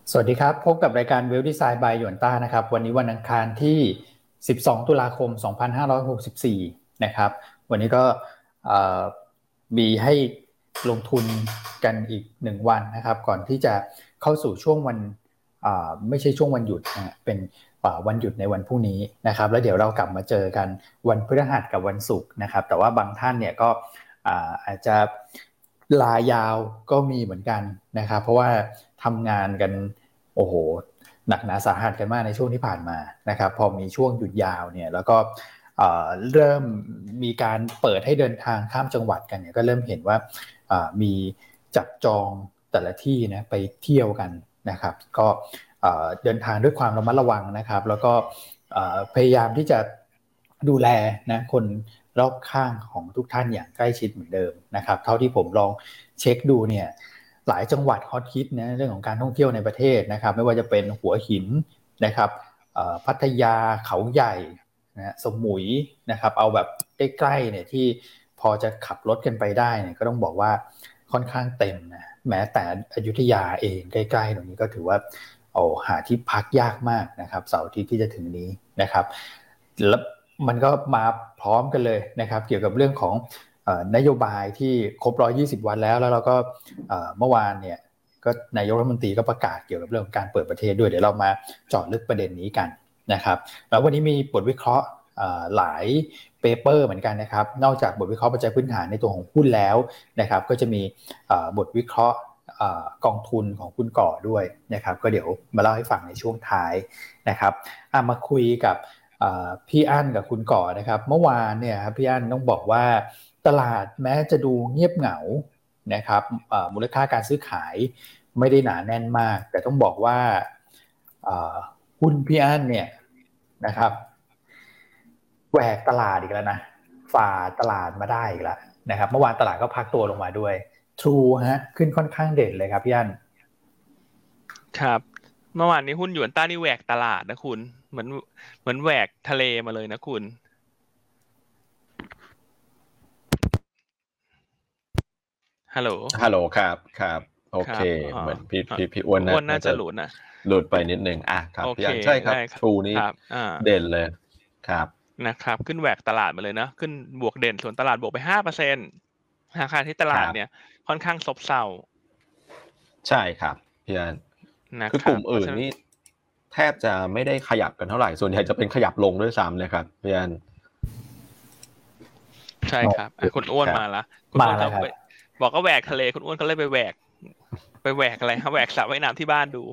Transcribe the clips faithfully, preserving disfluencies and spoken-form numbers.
สวัสดีครับพบกับรายการ Well Design by หยวนต้านะครับวันนี้วันอังคารที่สิบสองตุลาคมสองพันห้าร้อยหกสิบสี่นะครับวันนี้ก็มีให้ลงทุนกันอีกหนึ่งวันนะครับก่อนที่จะเข้าสู่ช่วงวันไม่ใช่ช่วงวันหยุดนะเป็นวันหยุดในวันพรุ่งนี้นะครับแล้วเดี๋ยวเรากลับมาเจอกันวันพฤหัสกับวันศุกร์นะครับแต่ว่าบางท่านเนี่ยก็อาจจะลายาวก็มีเหมือนกันนะครับเพราะว่าทำงานกันโอ้โหหนักหนาสาหัสกันมากในช่วงที่ผ่านมานะครับพอมีช่วงหยุดยาวเนี่ยแล้วก็เริ่มมีการเปิดให้เดินทางข้ามจังหวัดกันเนี่ยก็เริ่มเห็นว่ามีจับจองแต่ละที่นะไปเที่ยวกันนะครับก็เดินทางด้วยความระมัดระวังนะครับแล้วก็พยายามที่จะดูแลนะคนรอบข้างของทุกท่านอย่างใกล้ชิดเหมือนเดิมนะครับเท่าที่ผมลองเช็คดูเนี่ยหลายจังหวัดฮอตฮิตนะเรื่องของการท่องเที่ยวในประเทศนะครับไม่ว่าจะเป็นหัวหินนะครับพัทยาเขาใหญ่นะสมุยนะครับเอาแบบใกล้ๆเนี่ยที่พอจะขับรถกันไปได้เนี่ยก็ต้องบอกว่าค่อนข้างเต็มนะแม้แต่อยุธยาเองใกล้ๆตรงนี้ก็ถือว่าเอาหาที่พักยากมากนะครับเสาร์อาทิตย์ที่จะถึงนี้นะครับแล้วมันก็มาพร้อมกันเลยนะครับเกี่ยวกับเรื่องของนโยบายที่ครบหนึ่งร้อยยี่สิบวันแล้วแล้วเราก็เมื่อวานเนี่ยก็นายกรัฐมนตรีก็ประกาศเกี่ยวกับเรื่องของการเปิดประเทศด้วยเดี๋ยวเรามาเจาะลึกประเด็นนี้กันนะครับแล้ววันนี้มีบทวิเคราะห์หลายเปเปอร์เหมือนกันนะครับนอกจากบทวิเคราะห์ปัจจัยพื้นฐานในตัวของหุ้นแล้วนะครับก็จะมีบทวิเคราะห์กองทุนของคุณก่อด้วยนะครับก็เดี๋ยวมาเล่าให้ฟังในช่วงท้ายนะครับมาคุยกับพี่อั้นกับคุณก่อนะครับเมื่อวานเนี่ยครับพี่อั้นต้องบอกว่าตลาดแม้จะดูเงียบเหงานะครับมูลค่าการซื้อขายไม่ได้หนาแน่นมากแต่ต้องบอกว่าหุ้นพี่อั้นเนี่ยนะครับแหวกตลาดอีกแล้วนะฝ่าตลาดมาได้อีกแล้วนะครับเมื่อวานตลาดก็พักตัวลงมาด้วย True ฮะขึ้นค่อนข้างเด่นเลยครับพี่อั้นครับเมื่อวานนี้หุ้นหยวนต้านี่แหวกตลาดนะคุณเหมือนเหมือนแหวกทะเลมาเลยนะคุณฮัลโหลฮัลโหลครับครับโอเคเหมือนพี่พี่พี่อ้วนน่าจะหลุดนะหลุดไปนิดนึงอ่ะครับพี่อันใช่ครับทรูนี่เด่นเลยครับนะครับขึ้นแหวกตลาดมาเลยนะขึ้นบวกเด่นส่วนตลาดบวกไป ห้าเปอร์เซ็นต์ ราคาที่ตลาดเนี่ยค่อนข้างซบเซาใช่ครับพี่อันคือกลุ่มอื่นนี่แทบจะไม่ได้ขยับกันเท่าไหร่ส่วนใหญ่จะเป็นขยับลงด้วยซ้ำเลยครับพี่อันใช่ครับคุณอ้วนมาละคุณอ้วนเขาบอกก็แหวกทะเลคุณอ้วนเขาเลยไปแหวกไปแหวกอะไรครับแหวกสระว่ายน้ำที่บ้านดู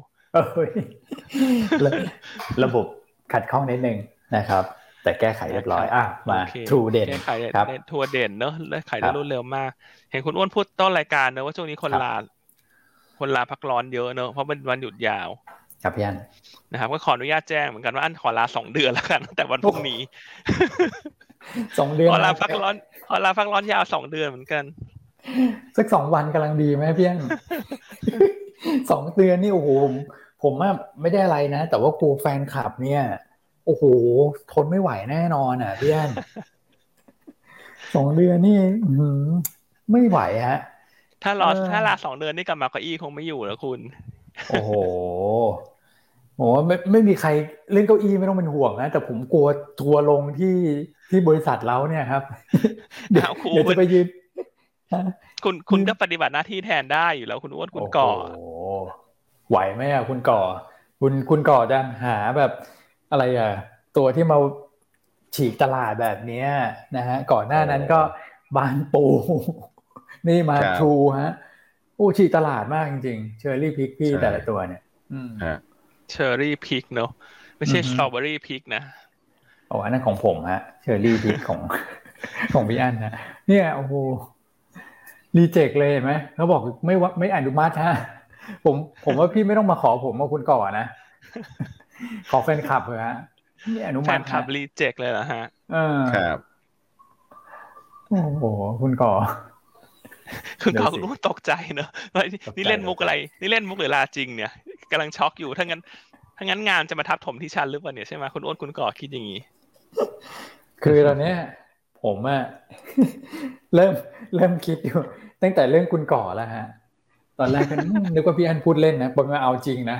ระบบขัดข้องนิดนึงนะครับแต่แก้ไขเรียบร้อยอ่ะมา True เด่นแก้ไขครับทัวเด่นเนอะและขายได้รวดเร็วมากเห็นคุณอ้วนพูดต้นรายการเนอะว่าช่วงนี้คนลาคนลาพักร้อนเยอะเนอะเพราะเป็นวันหยุดยาวครับพี่อันนะครับก็ขออนุญาตแจ้งเหมือนกันว่าอันขอลาสองเดือนแล้วกันแต่วันพรุ่งนี้สองเดือนขอลาพักร้อนขอลาพักร้อนยาวสองเดือนเหมือนกันสักสองวันกำลังดีไหมพี่อันสองเดือนนี่โอ้โหผมว่าไม่ได้อะไรนะแต่ว่ากลัวแฟนคลับเนี่ยโอ้โหทนไม่ไหวแน่นอนอ่ะพี่อันสองเดือนนี่ไม่ไหวฮะถ้ารอถ้าลาสองเดือนนี่กลับมาเก้าอี้คงไม่อยู่แล้วคุณโอ้โหโอ้ไม่ไม่มีใครเล่นเก้าอี้ไม่ต้องเป็นห่วงนะแต่ผมกลัวทัวร์ลงที่ที่บริษัทเราเนี่ยครับเดี๋ยวเดี๋ยวจะไปยืนคุณคุณก็ปฏิบัติหน้าที่แทนได้อยู่แล้วคุณอ้วนคุณก่อโอ้ไหวไหมอ่ะคุณก่อคุณคุณก่อจะหาแบบอะไรอ่ะตัวที่มาฉีกตลาดแบบนี้นะฮะก่อนหน้านั้นก็บานปูนี่มาทรูฮะโอ้ฉีกตลาดมากจริงๆเชอร์รี่พิกพี่แต่ละตัวเนี่ยเชอร์รี่พิกเนอะไม่ใช่สตรอเบอรี่พิกนะโอ้อันนั้นของผมฮะเชอร์รี่พิกของของพี่อั้นนะเนี่ยโอ้โหรีเจ็คเลยเห็นไหมเขาบอกไม่ไม่อนุมัติฮะผมผมว่าพี่ไม่ต้องมาขอผมมาคุณก่อนนะขอแฟนคลับเลยฮะนี่อนุมัติแฟนคลับรีเจ็คเลยเหรอฮะเออครับโอ้โหคุณก่อคุณก่อคุณตกใจเนอะนี่เล่นมุกอะไรนี่เล่นมุกหรือลาจริงเนี่ยกำลังช็อกอยู่ถ้างั้นถ้างั้นงานจะมาทับถมที่ชั้นหรือเปล่าเนี่ยใช่ไหมคุณอ้วนคุณก่อคิดอย่างนี้คือตอนนี้ผมอะเริ่มเริ่มคิดอยู่ตั้งแต่เรื่องคุณก่อแล้วฮะตอนแรกก็นึกว่าพี่อันพูดเล่นนะบนมาเอาจริงนะ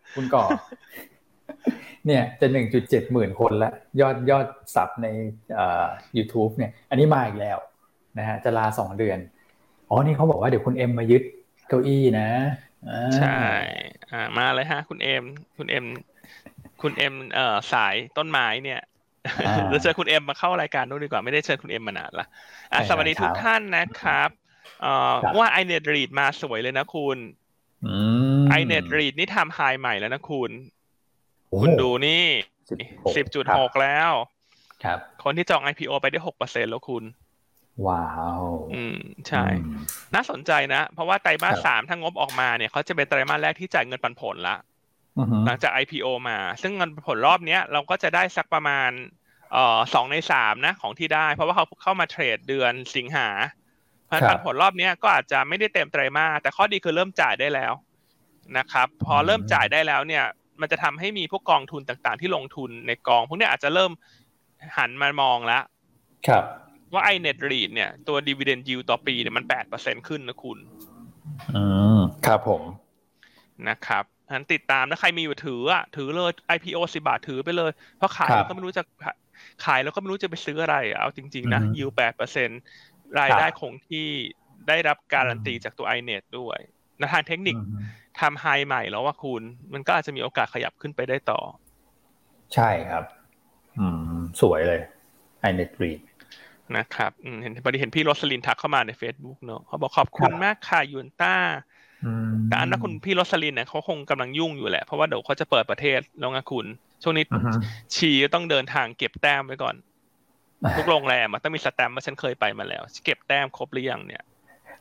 คุณก่อเนี่ยจะ หนึ่งจุดเจ็ด หมื่นคนแล้วยอดยอดซับในเอ่อ YouTube เนี่ยอันนี้มาอีกแล้วนะฮะจะลาสองเดือนอ๋อนี่เขาบอกว่าเดี๋ยวคุณเอ็มมายึดเก้าอี้นะใช่อ่ามาเลยฮะคุณเอ็มคุณเอ็มคุณเอ็มเอ่อสายต้นไม้เนี่ยเราเชิญคุณเอ็มมาเข้ารายการด้วยดีกว่าไม่ได้เชิญคุณเอ็มมานานละอ่ะสวัสดีทุกท่านนะครับเอ่อว่า iNet Read มาสวยเลยนะคุณ iNet Read นี่ทำไฮใหม่แล้วนะคุณคุณดูนี่ สิบจุดหก แล้วครับคนที่จอง ไอ พี โอ ไปได้ หกเปอร์เซ็นต์ แล้วคุณว้าวอืมใช่น่าสนใจนะเพราะว่าไตรมาสสามถ้างบออกมาเนี่ยเขาจะเป็นไตรมาสแรกที่จ่ายเงินปันผลละหลังจาก ไอ พี โอ มาซึ่งเงินปันผลรอบเนี้ยเราก็จะได้สักประมาณเอ่อสองในสามนะของที่ได้เพราะว่าเขาเข้ามาเทรดเดือนสิงหาปันผลรอบเนี้ยก็อาจจะไม่ได้เต็มไตรมาสแต่ข้อดีคือเริ่มจ่ายได้แล้วนะครับพอเริ่มจ่ายได้แล้วเนี่ยมันจะทำให้มีพวกกองทุนต่างๆที่ลงทุนในกองพวกนี้อาจจะเริ่มหันมามองแล้วครับว่า iNet Read เนี่ยตัว dividend yield ต่อปีเนี่ยมัน แปดเปอร์เซ็นต์ ขึ้นนะคุณอืมครับผมนะครับงั้นติดตามนะใครมีอยู่ถืออ่ะถือเลย ไอ พี โอ สิบบาทถือไปเลยเพราะขายแล้วก็ไม่รู้จะขายแล้วก็ไม่รู้จะไปซื้ออะไรเอาจริงๆนะ yield แปดเปอร์เซ็นต์ รายได้คงที่ได้รับการันตีจากตัว iNet ด้วยในทางเทคนิคทำไฮใหม่แล้วว่าคุณมันก็อาจจะมีโอกาสขยับขึ้นไปได้ต่อใช่ครับอืมสวยเลย iNet Read นะครับอืมเห็นพอดีเห็นพี่โรสลินทักเข้ามาใน Facebook เนอะเขาบอกขอบคุณมากค่ะยูนต้าแต่อันนั้นคุณพี่โรสลินเนี่ยเขาคงกำลังยุ่งอยู่แหละเพราะว่าเดี๋ยวเขาจะเปิดประเทศแล้วไงคุณช่วงนี้ชีต้องเดินทางเก็บแต้มไว้ก่อนทุกโรงแรมต้องมีสแตมป์ว่าฉันเคยไปมาแล้วเก็บแต้มครบหรือยังเนี่ย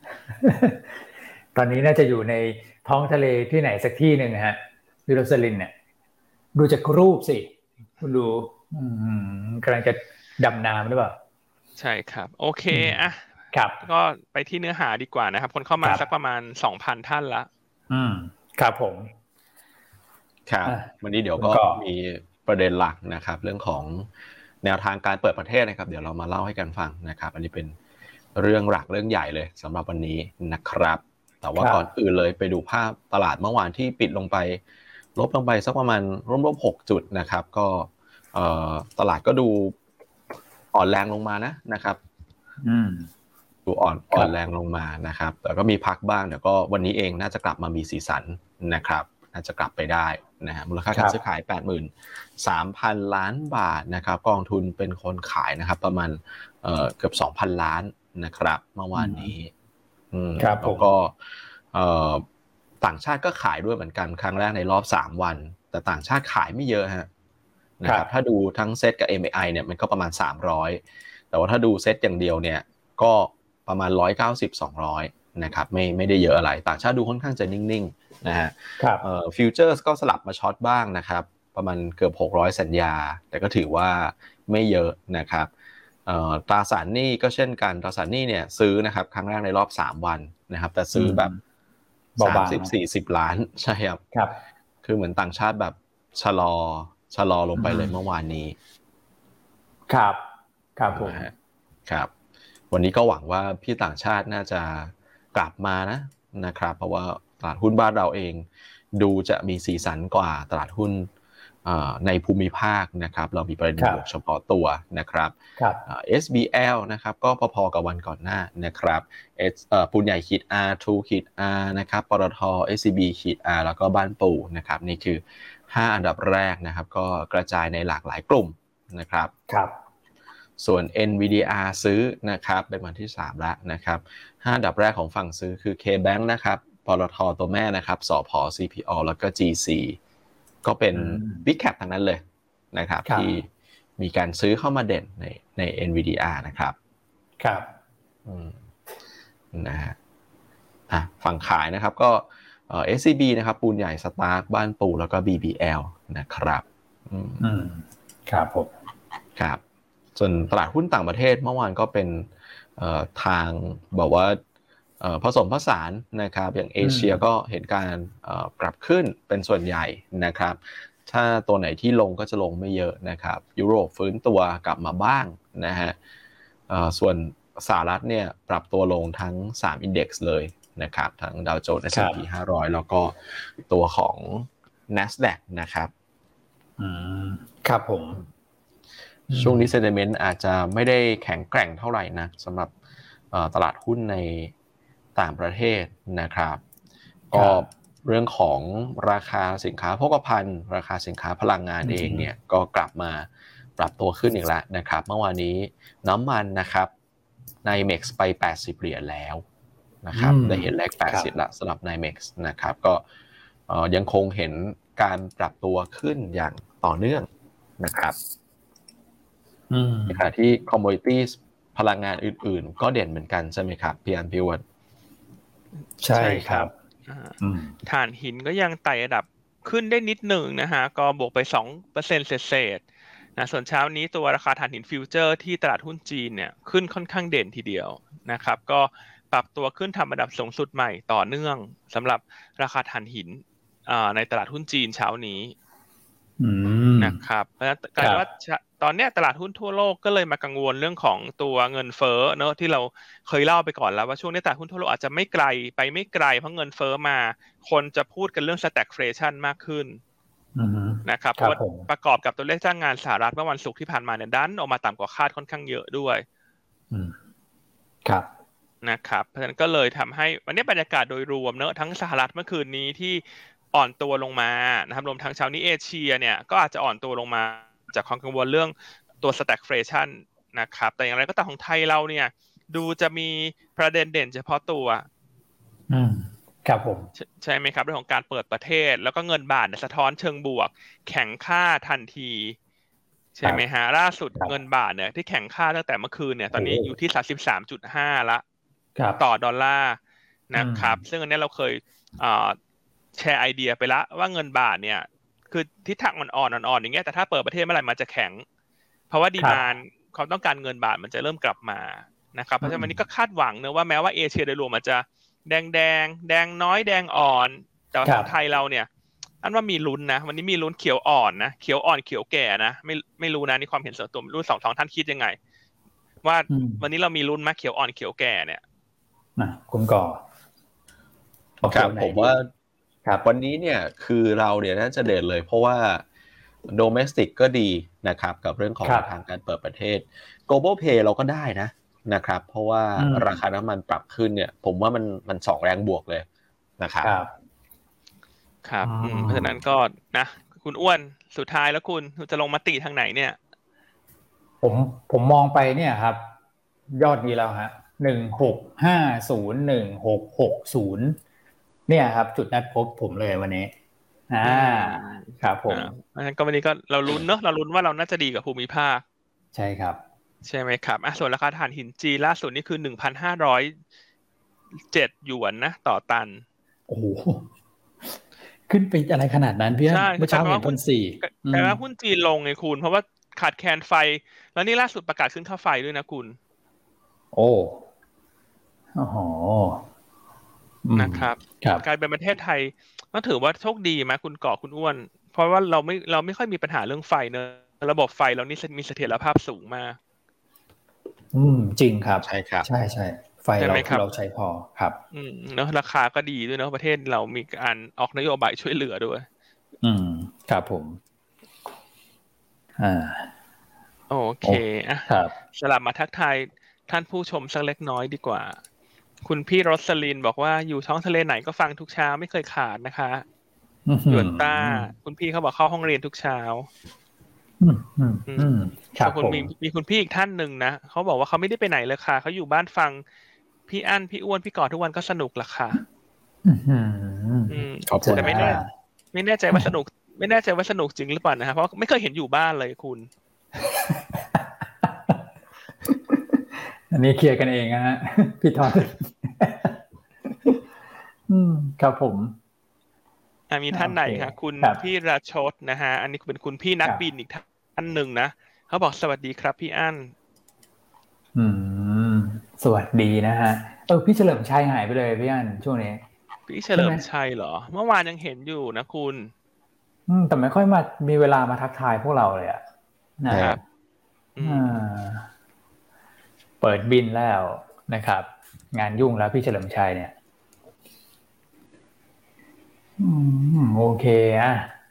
ตอนนี้น่าจะอยู่ในท้องทะเลที่ไหนสักที่หนึ่งนะฮะพี่โรสลินเนี่ยดูจากรูปสิคุณดูกำลังจะดำน้ำหรือเปล่าใช่ครับโอเคอ่ะครับก็ไปที่เนื้อหาดีกว่านะครับคนเข้ามาสักประมาณ สองพัน ท่านละอืมครับผมครับวันนี้เดี๋ยวก็มีประเด็นหลักนะครับเรื่องของแนวทางการเปิดประเทศนะครับเดี๋ยวเรามาเล่าให้กันฟังนะครับอันนี้เป็นเรื่องหลักเรื่องใหญ่เลยสำหรับวันนี้นะครับแต่ว่าก่อนอื่นเลยไปดูภาพตลาดเมื่อวานที่ปิดลงไปลบลงไปสักประมาณร่วมๆหกจุดนะครับก็เอ่อตลาดก็ดูอ่อนแรงลงมานะนะครับอืมดูอ่อนอ่อนแรงลงมานะครับแต่ก็มีพักบ้างเดี๋ยวก็วันนี้เองน่าจะกลับมามีสีสันนะครับน่าจะกลับไปได้นะฮะมูลค่าการซื้อขาย แปดหมื่นสามพัน ล้านบาทนะครับกองทุนเป็นคนขายนะครับประมาณเอ่อเกือบ สองพัน ล้านนะครับเมื่อวานนี้อืมแล้วก็เอ่อต่างชาติก็ขายด้วยเหมือนกันครั้งแรกในรอบสามวันแต่ต่างชาติขายไม่เยอะฮะนะครับถ้าดูทั้งเซตกับ เอ็ม เอ ไอ เนี่ยมันก็ประมาณสามร้อยแต่ว่าถ้าดูเซตอย่างเดียวเนี่ยก็ประมาณหนึ่งร้อยเก้าสิบ สองร้อยนะครับไม่ไม่ได้เยอะอะไรต่างชาติดูค่อนข้างจะนิ่งๆนะฮะเอ่อฟิวเจอร์สก็สลับมาช็อตบ้างนะครับประมาณเกือบหกร้อยสัญญาแต่ก็ถือว่าไม่เยอะนะครับเอ่อตราสารหนี้ก็เช่นกันตราสารหนี้เนี่ยซื้อนะครับครั้งแรกในรอบสามวันนะครับแต่ซื้อแบบสามสิบ สี่สิบล้านใช่ครับครับคือเหมือนต่างชาติแบบชะลอชะลอลงไปเลยเมื่อวานนี้ครับครับผมครับวันนี้ก็หวังว่าพี่ต่างชาติน่าจะกลับมานะนะครับเพราะว่าตลาดหุ้นบ้านเราเองดูจะมีสีสันกว่าตลาดหุ้นในภูมิภาคนะครับเรามีประเด็นบวกเฉพาะตัวนะครับ เอส บี แอล นะครับก็พอๆกับวันก่อนหน้านะครับเอสเอ่อปูนใหญ่ขีด R ทู ขีด R นะครับปตท เอส ซี บี ขีด R แล้วก็บ้านปูนะครับนี่คือห้าอันดับแรกนะครับก็กระจายในหลากหลายกลุ่มนะครับครับส่วน เอ็น วี ดี อาร์ ซื้อนะครับเป็นวันที่สามแล้วนะครับห้าอันดับแรกของฝั่งซื้อคือ K-Bank นะครับปตทตัวแม่นะครับสผ ซี พี โอ แล้วก็ จี ซี ก็เป็น Big Cap ทั้งนั้นเลยนะครับที่มีการซื้อเข้ามาเด่นในใน เอ็น วี ดี อาร์ นะครับครับอืมนะฮะอ่ะฝั่งขายนะครับก็เอ่อ เอส ซี บี นะครับปูนใหญ่สตาร์คบ้านปูแล้วก็ บี บี แอล นะครับอืมอืมครับผมครับส่วนตลาดหุ้นต่างประเทศเมื่อวานก็เป็นเอ่อทางบอกว่าเอ่อผสมผสานนะครับอย่างเอเชียก็เห็นการเอ่อปรับขึ้นเป็นส่วนใหญ่นะครับถ้าตัวไหนที่ลงก็จะลงไม่เยอะนะครับยุโรปฟื้นตัวกลับมาบ้างนะฮะเอ่อส่วนสหรัฐเนี่ยปรับตัวลงทั้งสาม index เลยนะครับทั้งดาวโจนส์ เอส แอนด์ พี ห้าร้อยแล้วก็ตัวของ NASDAQ นะครับอืมครับผมช่วงนี้ sentiment อาจจะไม่ได้แข็งแกร่งเท่าไหร่นะสำหรับตลาดหุ้นในต่างประเทศนะครับก็เรื่องของราคาสินค้าโภคภัณฑ์ราคาสินค้าพลังงานเองเนี่ยก็กลับมาปรับตัวขึ้นอีกแล้วนะครับเมื่อวานนี้น้ำมันนะครับไนเม็กซ์ไปแปดสิบเหรียญแล้วนะครับได้เห็นเลขแปดสิบละสำหรับ ไนเม็กซ์ นะครับก็ยังคงเห็นการปรับตัวขึ้นอย่างต่อเนื่องนะครับในขณะที่ commodities พลังงานอื่นๆก็เด่นเหมือนกันใช่ไหมครับพี่อันพี่วอนใช่ครับถ่านหินก็ยังไต่ระดับขึ้นได้นิดหนึ่งนะฮะก็บวกไป สองเปอร์เซ็นต์ เศษๆนะส่วนเช้านี้ตัวราคาถ่านหินฟิวเจอร์ที่ตลาดหุ้นจีนเนี่ยขึ้นค่อนข้างเด่นทีเดียวนะครับก็ปรับตัวขึ้นทำระดับสูงสุดใหม่ต่อเนื่องสำหรับราคาถ่านหินในตลาดหุ้นจีนเช้านี้นะครับเพราะฉะนั้นกลายว่าตอนนี้ตลาดหุ้นทั่วโลกก็เลยมากังวลเรื่องของตัวเงินเฟ้อเนอะที่เราเคยเล่าไปก่อนแล้วว่าช่วงนี้ตลาดหุ้นทั่วโลกอาจจะไม่ไกลไปไม่ไกลเพราะเงินเฟ้อมาคนจะพูดกันเรื่อง stagflation มากขึ้นนะครับเพราะประกอบกับตัวเลขจ้างงานสหรัฐเมื่อวันศุกร์ที่ผ่านมาเนี่ยดันออกมาต่ำกว่าคาดค่อนข้างเยอะด้วยครับนะครับเพราะฉะนั้นก็เลยทำให้วันนี้บรรยากาศโดยรวมเนอะทั้งสหรัฐเมื่อคืนนี้ที่อ่อนตัวลงมานะครับรวมทั้งเช้านี้เอเชียเนี่ยก็อาจจะอ่อนตัวลงมาจากความกังวลเรื่องตัว stagflation นะครับแต่อย่างไรก็ตามของไทยเราเนี่ยดูจะมีประเด็นเด่นเฉพาะตัวอืมครับผมใช่ไหมครับเรื่องของการเปิดประเทศแล้วก็เงินบาทสะท้อนเชิงบวกแข็งค่าทันทีใช่ไหมฮะล่าสุดเงินบาทเนี่ยที่แข็งค่าตั้งแต่เมื่อคืนเนี่ยตอนนี้อยู่ที่ สามสิบสามจุดห้า ละต่อดอลลาร์นะครับซึ่งอันนี้เราเคยแชร์ไอเดียไปแล้วว่าเงินบาทเนี่ยคือทิศทางอ่อนๆอ่อนๆอย่างเงี้ยแต่ถ้าเปิดประเทศเมื่อไหร่มันจะแข็งเพราะว่าดีมานด์ความต้องการเงินบาทมันจะเริ่มกลับมานะครับเพราะฉะนั้นวันนี้ก็คาดหวังนะว่าแม้ว่าเอเชียโดยรวมมันจะแดงแดงแดงน้อยแดงอ่อนแต่ของไทยเราเนี่ยอันว่ามีลุ้นนะวันนี้มีลุ้นเขียวอ่อนนะเขียวอ่อนเขียวแก่นะไม่ไม่รู้นะนี่ความเห็นส่วนตัวรู้สองสองท่านคิดยังไงว่าวันนี้เรามีลุ้นมั้ยเขียวอ่อนเขียวแก่เนี่ยนะคุณก่อครับผมว่าวันนี้เนี่ยคือเราเนี่ยน่าจะเด่นเลยเพราะว่าโดเมสติกก็ดีนะครับกับเรื่องของทางการเปิดประเทศ Global Pay เราก็ได้นะนะครับเพราะว่าราคาน้ำมันปรับขึ้นเนี่ยผมว่ามันมันสองแรงบวกเลยนะครับครับเพราะฉะนั้นก็นะคุณอ้วนสุดท้ายแล้วคุณจะลงมติทางไหนเนี่ยผมผมมองไปเนี่ยครับยอดนี้แล้วฮะหนึ่งหกห้าศูนย์ หนึ่งหกหกศูนย์เนี่ยครับจุดนัดพบผมเลยวันนี้อ่าครับผมงั้นก็วันนี้ก็เราลุ้นเนอะเราลุ้นว่าเราน่าจะดีกับภูมิภาคใช่ครับใช่ไหมครับอ่ะส่วนราคาถ่านหินจีนล่าสุดนี่คือ หนึ่งพันห้าร้อยเจ็ด หยวนนะต่อตันโอ้โหขึ้นไปอะไรขนาดนั้นพี่เมื่อเช้าเห็นพันสี่แต่ว่าหุ้นจีนลงไงคุณเพราะว่าขาดแคลนไฟแล้วนี่ล่าสุดประกาศขึ้นค่าไฟด้วยนะคุณโอ้โอ้โหนะครับกลายเป็นประเทศไทยต้องถือว่าโชคดีไหมคุณก่อคุณอ้วนเพราะว่าเราไม่เราไม่ค่อยมีปัญหาเรื่องไฟเนอะระบบไฟเรานี่มีเสถียรภาพสูงมากอืมจริงครับใช่ครับใช่ใช่ไฟเราเราใช้พอครับอืมเนอะราคาก็ดีด้วยเนอะประเทศเรามีการออกนโยบายช่วยเหลือด้วยอืมครับผมอ่าโอเคอ่ะสลับมาทักทายท่านผู้ชมสักเล็กน้อยดีกว่าคุณพี่รสลินบอกว่าอยู่ท้องทะเลไหนก็ฟังทุกเช้าไม่เคยขาดนะคะหยวนต้าคุณพี่เขาบอกเข้าห้องเรียนทุกเช้าอืมอืมอืมครับคุณมีมีคุณพี่อีกท่านหนึ่งนะเขาบอกว่าเขาไม่ได้ไปไหนเลยค่ะเขาอยู่บ้านฟังพี่อั้นพี่อ้วนพี่กอดทุกวันก็สนุกละค่ะอืมขอบคุณแต่ไม่แน่ไม่แน่ใจว่าสนุกไม่แน่ใจว่าสนุกจริงหรือเปล่านะฮะเพราะไม่เคยเห็นอยู่บ้านเลยคุณอันนี้เคลียร์กันเองนะฮะพี่ทอนอืมครับผมอ่ามีท่านไหนคะคุณพี่ราชดนะฮะอันนี้เป็นคุณพี่นักบินอีกท่านหนึ่งนะเขาบอกสวัสดีครับพี่อั้นอืมสวัสดีนะฮะเออพี่เฉลิมชัยหายไปเลยพี่อั้นช่วงนี้พี่เฉลิมชัยเหรอเมื่อวานยังเห็นอยู่นะคุณอืมแต่ไม่ค่อยมามีเวลามาทักทายพวกเราเลยอ่ะนะครับอ่าเปิดบินแล้วนะครับงานยุ่งแล้วพี่เฉลิมชัยเนี่ยอืมโอเคอ่ะ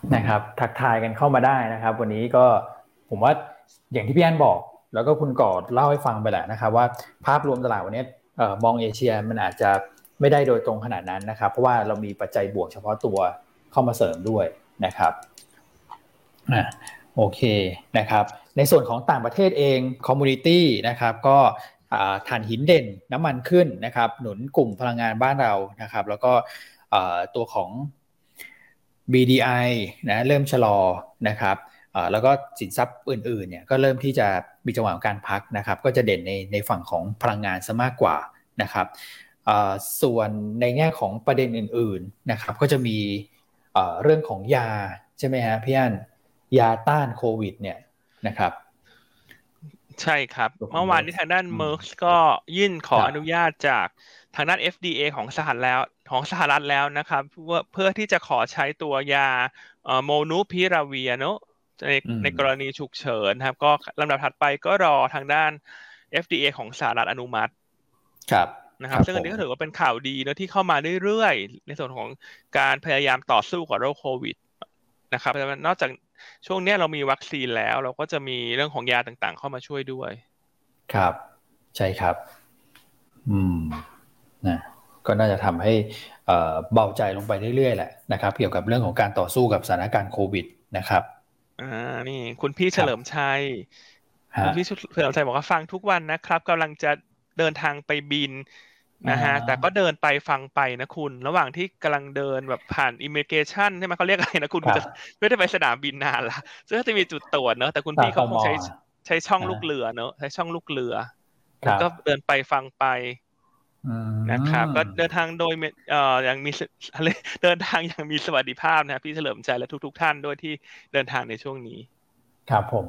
นะครับทักทายกันเข้ามาได้นะครับวันนี้ก็ผมว่าอย่างที่พี่อันบอกแล้วก็คุณกอดเล่าให้ฟังไปแหละนะครับว่าภาพรวมตลาดวันนี้เอ่อมองเอเชียมันอาจจะไม่ได้โดยตรงขนาดนั้นนะครับเพราะว่าเรามีปัจจัยบวกเฉพาะตัวเข้ามาเสริมด้วยนะครับอ่าโอเคนะครับในส่วนของต่างประเทศเองคอมมูนิตี้นะครับก็ถ่านหินเด่นน้ำมันขึ้นนะครับหนุนกลุ่มพลังงานบ้านเรานะครับแล้วก็ตัวของ บี ดี ไอ นะเริ่มชะลอนะครับแล้วก็สินทรัพย์อื่นๆเนี่ยก็เริ่มที่จะมีจังหวะการพักนะครับก็จะเด่นในในฝั่งของพลังงานซะมากกว่านะครับส่วนในแง่ของประเด็นอื่นๆนะครับก็จะมีเรื่องของยาใช่ไหมฮะพี่อั้นยาต้านโควิดเนี่ยนะครับใช่ครับเมื่อวานนี้ทางด้าน Merck ก็ยื่นขออนุญาตจากทางด้าน เอฟ ดี เอ ของสหรัฐแล้วของสหรัฐแล้วนะครับเพื่อเพื่อที่จะขอใช้ตัวยาโมนูพิราเวียเนอะในในกรณีฉุกเฉินครับก็ลำดับถัดไปก็รอทางด้าน เอฟ ดี เอ ของสหรัฐอนุมัติครับนะครับซึ่งอันนี้ก็ถือว่าเป็นข่าวดีเนอะที่เข้ามาเรื่อยๆในส่วนของการพยายามต่อสู้กับโรคโควิดนะครับนอกจากช่วงนี้เรามีวัคซีนแล้วเราก็จะมีเรื่องของยาต่างๆเข้ามาช่วยด้วยครับใช่ครับอืมนะก็น่าจะทำให้เอ่อเบาใจลงไปเรื่อยๆแหละนะครับเกี่ยวกับเรื่องของการต่อสู้กับสถานการณ์โควิดนะครับอ่านี่คุณพี่เฉลิมชัยคุณพี่เฉลิมชัยบอกว่าฟังทุกวันนะครับกำลังจะเดินทางไปบินนะฮะแต่ก็เดินไปฟังไปนะคุณระหว่างที่กำลังเดินแบบผ่านอิมิเกชันใช่ไหมเขาเรียกอะไรนะคุณจะไม่ได้ไปสนามบินนานละซึ่งจะมีจุดตรวจเนอะแต่คุณพี่เขาคงใช้ใช้ช่องลูกเรือเนอะใช้ช่องลูกเรือแล้วก็เดินไปฟังไปนะครับก็เดินทางโดยเอ่ออย่างมีเดินทางอย่างมีสวัสดิภาพนะพี่เฉลิมชัยและทุกๆท่านด้วยที่เดินทางในช่วงนี้ครับผม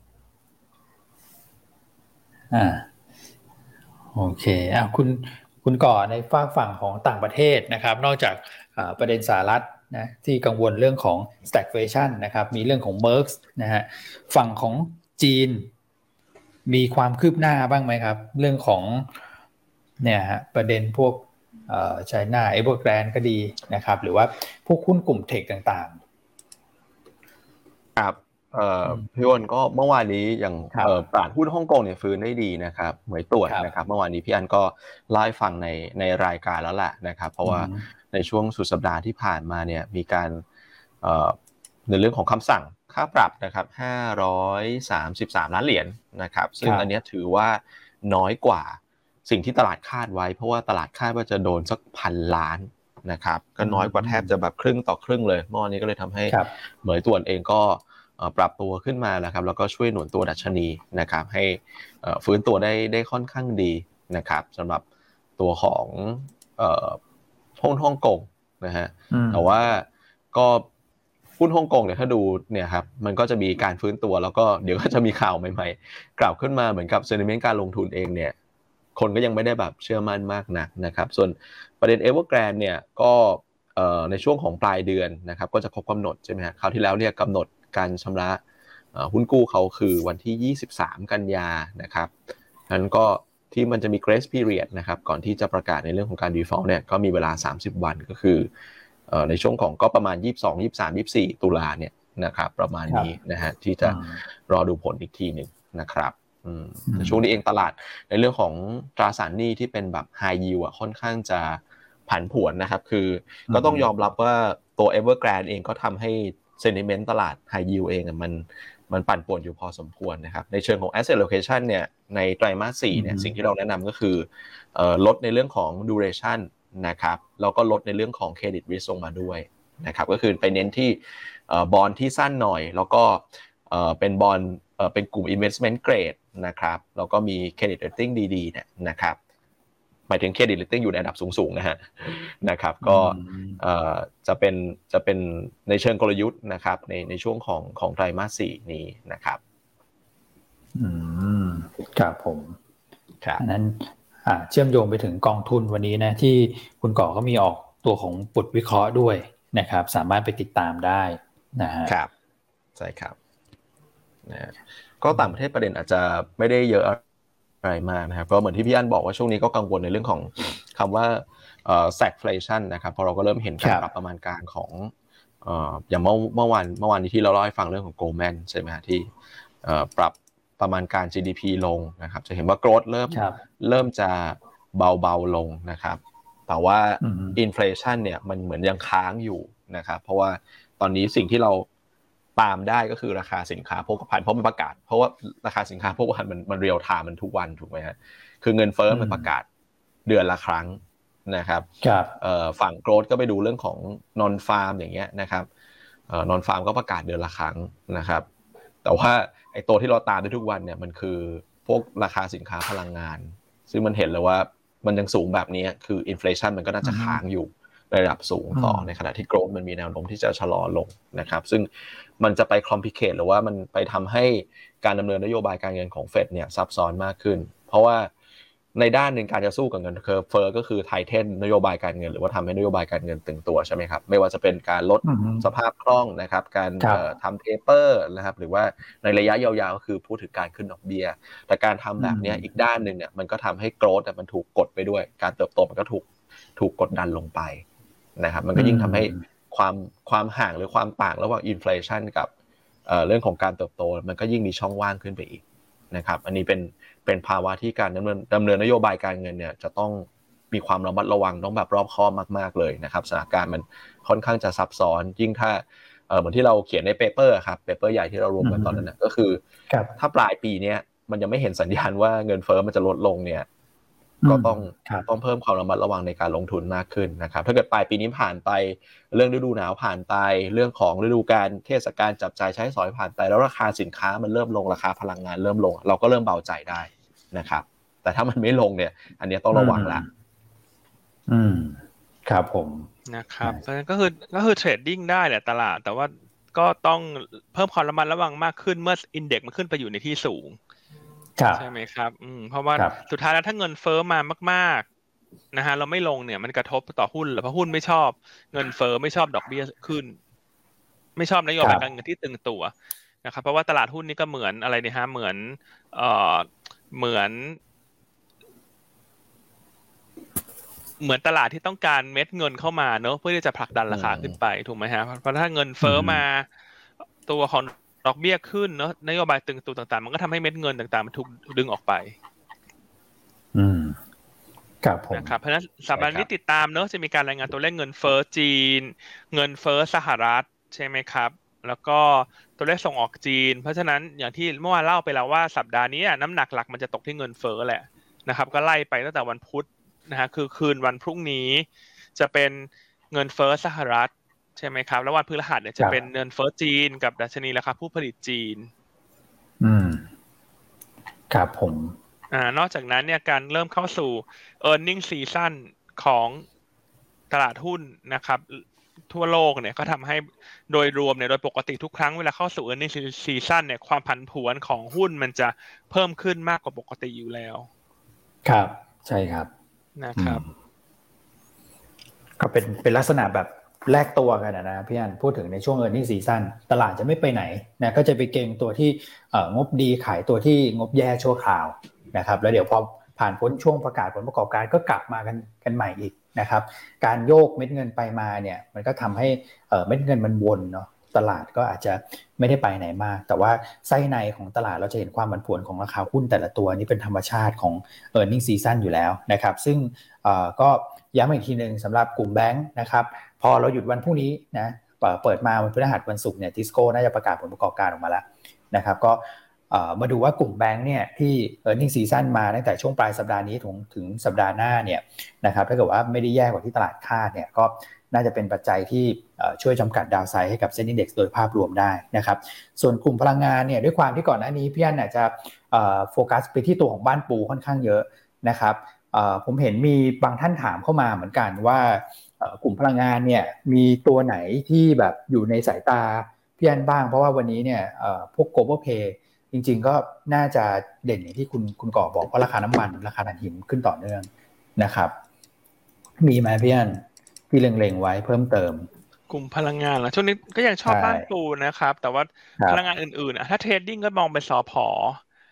อ่าโอเคอ่ะคุณคุณก่อในฝั่งฝั่งของต่างประเทศนะครับนอกจากประเด็นสหรัฐนะที่กังวลเรื่องของ stagflation นะครับมีเรื่องของ Merck นะฮะฝั่งของจีนมีความคืบหน้าบ้างไหมครับเรื่องของเนี่ยฮะประเด็นพวกเอ่อ China Evergrande ก็ดีนะครับหรือว่าพวกหุ้นกลุ่มเทคต่างๆครับเอ่อพี่อ้นก็เมื่อวานนี้อย่างเอ่อตลาดหุ้นฮ่องกงเนี่ยฟื้นได้ดีนะครับเหมยตรวจนะครับเมื่อวานนี้พี่อันก็เล่าให้ฟังในในรายการแล้วแหละนะครับเพราะว่าในช่วงสุดสัปดาห์ที่ผ่านมาเนี่ยมีการเอ่อในเรื่องของคำสั่งค่าปรับนะครับห้าร้อยสามสิบสามล้านเหรียญนะครับซึ่งอันนี้ถือว่าน้อยกว่าสิ่งที่ตลาดคาดไว้เพราะว่าตลาดคาดว่าจะโดนสักพันล้านนะครับก็น้อยกว่าแทบจะแบบครึ่งต่อครึ่งเลยเมื่อวานนี้ก็เลยทำให้เหมยตรวจเองก็ปรับตัวขึ้นมาแล้วครับแล้วก็ช่วยหนุนตัวดัชนีนะครับให้ฟื้นตัวได้ได้ค่อนข้างดีนะครับสำหรับตัวของหุ้นฮ่องกงนะฮะแต่ว่าก็หุ้นฮ่องกงเนี่ยถ้าดูเนี่ยครับมันก็จะมีการฟื้นตัวแล้วก็เดี๋ยวก็จะมีข่าวใหม่ๆกลับขึ้นมาเหมือนกับเซนติเมนต์การลงทุนเองเนี่ยคนก็ยังไม่ได้แบบเชื่อมั่นมากนักนะครับส่วนประเด็น Evergrande เนี่ยก็ในช่วงของปลายเดือนนะครับก็จะครบกำหนดใช่ไหมฮะคราวที่แล้วเนี่ยกำหนดการชำระหุ้นกู้เขาคือวันที่ยี่สิบสามกันยานะครับนั้นก็ที่มันจะมี grace period นะครับก่อนที่จะประกาศในเรื่องของการ default เนี่ยก็มีเวลาสามสิบวันก็คือในช่วงของก็ประมาณยี่สิบสอง ยี่สิบสาม ยี่สิบสี่ตุลาเนี่ยนะครับประมาณนี้นะฮะที่จะรอดูผลอีกทีนึงนะครับในช่วงนี้เองตลาดในเรื่องของตราสารหนี้ที่เป็นแบบ high yield อ่ะค่อนข้างจะผันผวนนะครับคือก็ต้องยอมรับว่าตัว Evergrande เองก็ทำให้sentiment ตลาด high yield เองมันมันปั่นป่วนอยู่พอสมควรนะครับในเชิงของ asset allocation เนี่ยในไตรมาสสี่เนี่ยสิ่งที่เราแนะนำก็คือเอ่อลดในเรื่องของ duration นะครับแล้วก็ลดในเรื่องของ credit risk ลงมาด้วยนะครับก็คือไปเน้นที่เอ่อบอนด์ที่สั้นหน่อยแล้วก็เอ่อเป็นบอนด์เอ่อเป็นกลุ่ม investment grade นะครับแล้วก็มี credit rating ดีๆเนี่ยนะครับหมายถึง credit rating อยู่ในระดับสูงๆนะฮะนะครับก็เอ่อจะเป็นจะเป็นในเชิงกลยุทธ์นะครับในในช่วงของของไตรมาสสี่นี้นะครับอืมครับผมครับนั้นอ่าเชื่อมโยงไปถึงกองทุนวันนี้นะที่คุณก่อก็มีออกตัวของบทวิเคราะห์ด้วยนะครับสามารถไปติดตามได้นะฮะครับใช่ครับนะก็ต่างประเทศประเด็นอาจจะไม่ได้เยอะอะไรมากนะครับก็เหมือนที่พี่อั้นบอกว่าช่วงนี้ก็กังวลในเรื่องของคำว่าเอ่อ stagflation นะครับเพราะเราก็เริ่มเห็นการปรับประมาณการของเอ่ออย่างเมื่อเมื่อวานเมื่อวานนี้ที่เราเล่าให้ฟังเรื่องของ Goldman ใช่ไหมฮะที่เอ่อปรับประมาณการ จี ดี พี ลงนะครับจะเห็นว่า growth เริ่มเริ่มจะเบาๆลงนะครับแต่ว่า inflation เนี่ยมันเหมือนยังค้างอยู่นะครับเพราะว่าตอนนี้สิ่งที่เราตามได้ก็คือราคาสินค้าโภคภัณฑ์เพราะมันประกาศเพราะว่าราคาสินค้าโภคภัณฑ์มันมันเรียลไทม์มันทุกวันถูกไหมฮะคือเงินเฟ้อมันประกาศเดือนละครั้งนะครับฝั่งโกรทก็ไปดูเรื่องของนอนฟาร์มอย่างเงี้ยนะครับนอนฟาร์มก็ประกาศเดือนละครั้งนะครับแต่ว่าไอ้ตัวที่เราตามได้ทุกวันเนี่ยมันคือพวกราคาสินค้าพลังงานซึ่งมันเห็นเลยว่ามันยังสูงแบบนี้คืออินฟลชันมันก็น่าจะค้างอยู่ระดับสูงต่อในขณะที่โกรทมันมีแนวโน้มที่จะชะลอลงนะครับซึ่งมันจะไปคอมพลิเคทหรือว่ามันไปทำให้การดำเนินนโยบายการเงินของเฟดเนี่ยซับซ้อนมากขึ้นเพราะว่าในด้านหนึ่งการจะสู้กับเงินเฟ้อก็คือไทเทนนโยบายการเงินหรือว่าทำให้นโยบายการเงินตึงตัวใช่ไหมครับไม่ว่าจะเป็นการลดสภาพคล่องนะครับการทำเทเปอร์นะครับหรือว่าในระยะยาวๆก็คือพูดถึงการขึ้นดอกเบี้ยแต่การทำแบบนี้อีกด้านหนึ่งเนี่ยมันก็ทำให้โกรทมันถูกกดไปด้วยการเติบโตมันก็ถูกถูกกดดันลงไปนะครับมันก็ยิ่งทำให้ความความห่างหรือความต่างระหว่างอินฟลชันกับเอ่อเรื่องของการเติบโตมันก็ยิ่งมีช่องว่างขึ้นไปอีกนะครับอันนี้เป็นเป็นภาวะที่การดำเนินดำเนินนโยบายการเงินเนี่ยจะต้องมีความระมัดระวังต้องแบบรอบคอบมากๆเลยนะครับสถานการณ์มันค่อนข้างจะซับซ้อนยิ่งถ้าเอ่อเหมือนที่เราเขียนในเปเปอร์ครับเปเปอร์ใหญ่ที่เรารวมกันตอนนั้นนะก็คือถ้าปลายปีนี้มันยังไม่เห็นสัญญาณว่าเงินเฟ้อมันจะลดลงเนี่ยก็ต้องต้องเพิ่มความระมัดระวังในการลงทุนมากขึ้นนะครับถ้าเกิดปลายปีนี้ผ่านไปเรื่องฤดูหนาวผ่านไปเรื่องของฤดูกาลเทศกาลจับจ่ายใช้สอยผ่านไปแล้วราคาสินค้ามันเริ่มลงราคาพลังงานเริ่มลงเราก็เริ่มเบาใจได้นะครับแต่ถ้ามันไม่ลงเนี่ยอันนี้ต้องระวังละอืมครับผมนะครับเพราะฉะนั้นก็คือก็คือเทรดดิ้งได้แหละตลาดแต่ว่าก็ต้องเพิ่มความระมัดระวังมากขึ้นเมื่ออินเด็กซ์มันขึ้นไปอยู่ในที่สูงใช่ไหมครับอืมเพราะว่าสุดท้ายแล้วถ้าเงินเฟ้อมามากๆนะฮะเราไม่ลงเนี่ยมันกระทบต่อหุ้นเพราะหุ้นไม่ชอบเงินเฟ้อไม่ชอบดอกเบี้ยขึ้นไม่ชอบนโยบายการเงินที่ตึงตัวนะครับเพราะว่าตลาดหุ้นนี่ก็เหมือนอะไรเนี่ยฮะเหมือนเอ่อเหมือนเหมือนตลาดที่ต้องการเม็ดเงินเข้ามาเนอะเพื่อที่จะผลักดันราคาขึ้นไปถูกไหมฮะเพราะถ้าเงินเฟ้อมาตัวของดอกเบี้ยขึ้นเนอะนโยบายตึงตัวต่างๆมันก็ทำให้เม็ดเงินต่างๆมันถูกดึงออกไปอืมครับผมนะครับเพราะฉะนั้นสัปดาห์นี้ติดตามเนอะจะมีการรายงานตัวเลขเงินเฟ้อจีนเงินเฟ้อสหรัฐใช่ไหมครับแล้วก็ตัวเลขส่งออกจีนเพราะฉะนั้นอย่างที่เมื่อวานเล่าไปแล้วว่าสัปดาห์นี้น้ำหนักหลักมันจะตกที่เงินเฟ้อแหละนะครับก็ไล่ไปตั้งแต่วันพุธนะฮะคือคืนวันพรุ่งนี้จะเป็นเงินเฟ้อสหรัฐใช่ไหมครับแล้ววันพฤหัสเนี่ยจะเป็นเงินเฟ้อจีนกับดัชนีราคาผู้ผลิตจีนอืมครับผมอ่านอกจากนั้นเนี่ยการเริ่มเข้าสู่ earning season ของตลาดหุ้นนะครับทั่วโลกเนี่ยก็ทำให้โดยรวมเนี่ยโดยปกติทุกครั้งเวลาเข้าสู่ earning season เนี่ยความผันผวนของหุ้นมันจะเพิ่มขึ้นมากกว่าปกติอยู่แล้วครับใช่ครับนะครับก็เป็นเป็นลักษณะแบบแลกตัวกันนะพี่อันพูดถึงในช่วง earning season ตลาดจะไม่ไปไหนนะก็จะไปเก็งตัวที่งบดีขายตัวที่งบแย่ชั่วคราวนะครับแล้วเดี๋ยวพอผ่านพ้นช่วงประกาศผลประกอบการก็กลับมากันกันใหม่อีกนะครับการโยกเม็ดเงินไปมาเนี่ยมันก็ทำให้เม็ดเงินมันวนเนาะตลาดก็อาจจะไม่ได้ไปไหนมากแต่ว่าไส้ในของตลาดเราจะเห็นความผันผวนของราคาหุ้นแต่ละตัวนี่เป็นธรรมชาติของ earning season อยู่แล้วนะครับซึ่งก็ย้ำอีกทีนึงสำหรับกลุ่มแบงค์นะครับพอเราหยุดวันพรุ่งนี้นะเปิดมาวันพฤหัสวันศุกร์เนี่ยทิสโก้น่าจะประกาศผลประกอบการออกมาแล้วนะครับก็มาดูว่ากลุ่มแบงค์เนี่ยที่ earning season มาตั้งแต่ช่วงปลายสัปดาห์นี้ถึงถึงสัปดาห์หน้าเนี่ยนะครับถ้าเกิดว่าไม่ได้แย่กว่าที่ตลาดคาดเนี่ยก็น่าจะเป็นปัจจัยที่ช่วยจำกัดดาวไซด์ให้กับเซ็น Index โดยภาพรวมได้นะครับส่วนกลุ่มพลังงานเนี่ยด้วยความที่ก่อนหน้านี้พี่อันอาจจะโฟกัสไปที่ตัวของบ้านปูค่อนข้างเยอะนะครับผมเห็นมีบางท่านถามเข้ามาเหมือนกันว่ากลุ่มพลังงานเนี่ยมีตัวไหนที่แบบอยู่ในสายตาพี่อันบ้างเพราะว่าวันนี้เนี่ยพวก Global Pay จริงๆก็น่าจะเด่นอย่างที่คุณคุณก่อบอกเพราะราคาน้ำมันราคาถ่านหินขึ้นต่อเนื่องนะครับมีไหมพี่อันที่เล็งๆไว้เพิ่มเติมกลุ่มพลังงานล่ะช่วงนี้ก็ยังชอบบ้านปูนะครับแต่ว่าพลังงานอื่นๆถ้าเทรดดิ้งก็มองเป็นสผ.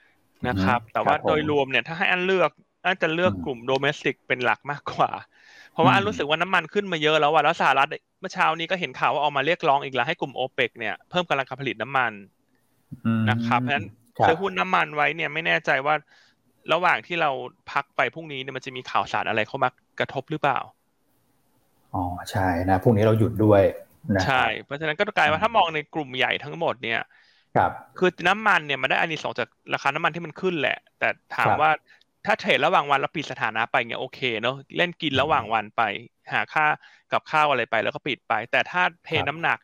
นะครับแต่ว่าโดยรวมเนี่ยถ้าให้อันเลือกอันจะเลือกกลุ่มโดเมสติกเป็นหลักมากกว่าเพราะว่าอันรู้สึกว่าน้ำมันขึ้นมาเยอะแล้วว่าแล้วสหรัฐเมื่อเช้านี้ก็เห็นข่าวว่าออกมาเรียกร้องอีกแล้วให้กลุ่ม โอเปก เนี่ยเพิ่มกำลังการผลิตน้ำมันนะครับเพราะฉะนั้นซื้อหุ้นน้ำมันไว้เนี่ยไม่แน่ใจว่าระหว่างที่เราพักไปพรุ่งนี้เนี่ยมันจะมีข่าวสารอะไรเข้ามากระทบหรือเปล่าอ๋อใช่นะพรุ่งนี้เราหยุดด้วยนะใช่เพราะฉะนั้นก็กลายว่าถ้ามองในกลุ่มใหญ่ทั้งหมดเนี่ยครับคือน้ำมันเนี่ยมันได้อานิสงส์จากราคาน้ำมันที่มันขึ้นแหละแต่ถามว่าถ้าเทรดระหว่างวันแล้วปิดสถานะไปเนี่ยโอเคเนาะเล่นกินระหว่างวันไปหาค่ากับข้าวอะไรไปแล้วก็ปิดไปแต่ถ้าเทน้ำหนัก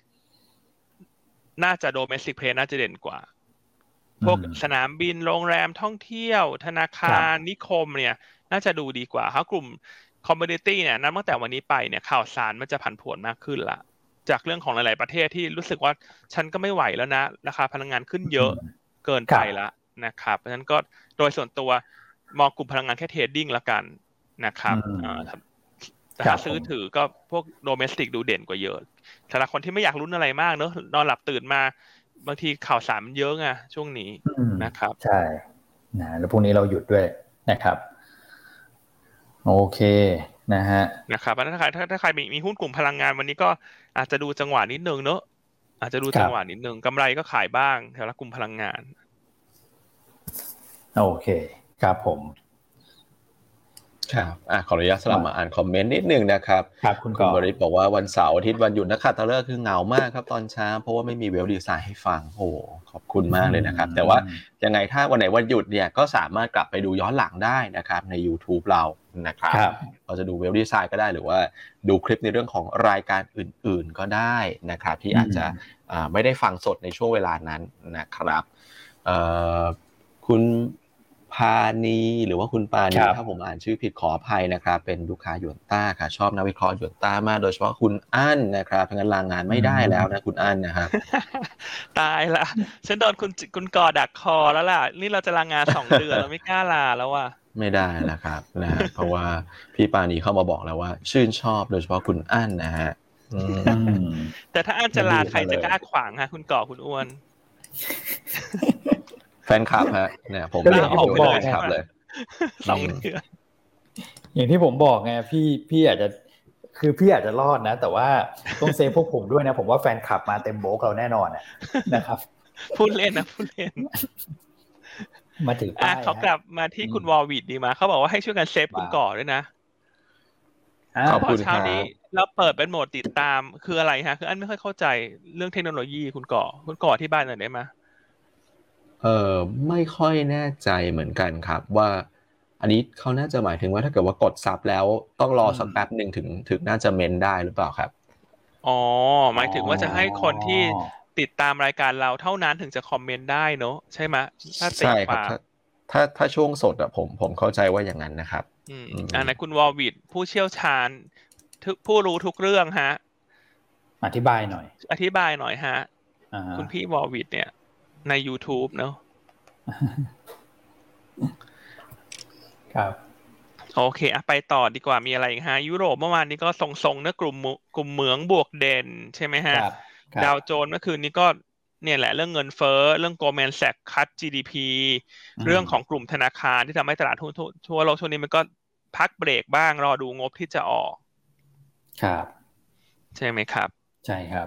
น่าจะ domestic play น่าจะเด่นกว่าพวกสนามบินโรงแรมท่องเที่ยวธนาคารนิคมเนี่ยน่าจะดูดีกว่าเพราะกลุ่ม commodity เนี่ยนับตั้งแต่วันนี้ไปเนี่ยข่าวสารมันจะผันผวนมากขึ้นละจากเรื่องของหลายๆประเทศที่รู้สึกว่าฉันก็ไม่ไหวแล้วนะราคาพลังงานขึ้นเยอะเกินไปแล้วนะครับเพราะฉะนั้นก็โดยส่วนตัวมองกลุ่มพลังงานแค่เทรดดิ้งละกันนะครับแต่ถ้าซื้อถือก็พวกโดเมสติกดูเด่นกว่าเยอะสำหรับคนที่ไม่อยากลุ้นอะไรมากเนอะนอนหลับตื่นมาบางทีข่าวสารมันเยอะไงช่วงนี้นะครับใช่นะแล้วพรุ่งนี้เราหยุดด้วยนะครับโอเคนะฮะนะครับถ้าใครถ้าถ้าใครมีมีหุ้นกลุ่มพลังงานวันนี้ก็อาจจะดูจังหวะนิดนึงเนอะอาจจะดูจังหวะนิดนึงกำไรก็ขายบ้างแถวละกลุ่มพลังงานโอเคครับผมครับอ่ะขออนุญาตสลับมาอ่านคอมเมนต์นิดนึงนะครับครับคุณบริษบอกว่าวันเสาร์อาทิตย์วันหยุดนักขัตฤกษ์คือเหงามากครับตอนเช้าเพราะว่าไม่มีเวลดีไซน์ให้ฟังโอ้ขอบคุณมากเลยนะครับแต่ว่ายังไงถ้าวันไหนวันหยุดเนี่ยก็สามารถกลับไปดูย้อนหลังได้นะครับใน YouTube เรานะครับเราจะดูเวลดีไซน์ก็ได้หรือว่าดูคลิปในเรื่องของรายการอื่นๆก็ได้นะครับที่อาจจะไม่ได้ฟังสดในช่วงเวลานั้นนะครับคุณพานีหรือว่าคุณปานีถ้าผมอ่านชื่อผิดขออภัยนะครับเป็นลูกค้าหยวนต้าค่ะชอบนักวิเคราะห์หยวนต้ามากโดยเฉพาะคุณอั้นนะครับทั้งนั้นลางงานไม่ได้แล้วนะคุณอั้นนะครับตายละฉันโดนคุณคุณกอดักคอแล้วล่ะนี่เราจะลางานสองเดือนเราไม่กล้าลาแล้วว่ะไม่ได้แล้วครับนะฮะเพราะว่าพี่ปานีเข้ามาบอกแล้วว่าชื่นชอบโดยเฉพาะคุณอั้นนะฮะแต่ถ้าอั้นจะลาใครจะกล้าขวางฮะคุณกอคุณอ้วนแฟนคลับฮะเนี่ยผมลาออกบอกแฟนคลับเลยสองเดือนอย่างที่ผมบอกไงพี่พี่อาจจะคือพี่อาจจะรอดนะแต่ว่าต้องเซฟพวกผมด้วยนะผมว่าแฟนคลับมาเต็มโบกเราแน่นอนนะครับพูดเล่นนะพูดเล่นมาถึงป้ายเขากลับมาที่คุณวอลวิดดีมาเขาบอกว่าให้ช่วยกันเซฟคุณก่อด้วยนะขอบคุณครับเช้านี้เราเปิดเป็นโหมดติดตามคืออะไรฮะคืออันไม่ค่อยเข้าใจเรื่องเทคโนโลยีคุณก่อคุณก่อที่บ้านหน่อยได้ไหมเออไม่ค่อยแน่ใจเหมือนกันครับว่าอันนี้เขาน่าจะหมายถึงว่าถ้าเกิดว่ากดซับแล้วต้องรอสักแป๊บหนึ่งถึงถึงน่าจะเมนได้หรือเปล่าครับอ๋อหมายถึงว่าจะให้คนที่ติดตามรายการเราเท่านั้นถึงจะคอมเมนต์ได้เนอะใช่ไหมถ้าติดปากถ้าถ้าช่วงสดอะผมผมเข้าใจว่าอย่างนั้นนะครับอืมอันนั้นคุณวอลวิดผู้เชี่ยวชาญผู้รู้ทุกเรื่องฮะอธิบายหน่อยอธิบายหน่อยฮะคุณพี่วอลวิดเนี่ยใน YouTube เนอะครับโอเคอ่ะไปต่อดีกว่ามีอะไรอีกฮะยุโรปเมื่อวานนี้ก็ทรงๆนะกลุ่มกลุ่มเหมืองบวกเด่นใช่ไหมฮะดาวโจนส์เมื่อคืนนี้ก็เนี่ยแหละเรื่องเงินเฟ้อเรื่อง Goldman Sachs คัท จี ดี พี เรื่องของกลุ่มธนาคารที่ทำให้ตลาดหุ้นทั่วโลกช่วงนี้มันก็พักเบรกบ้างรอดูงบที่จะออกครับใช่ไหมครับใช่ครับ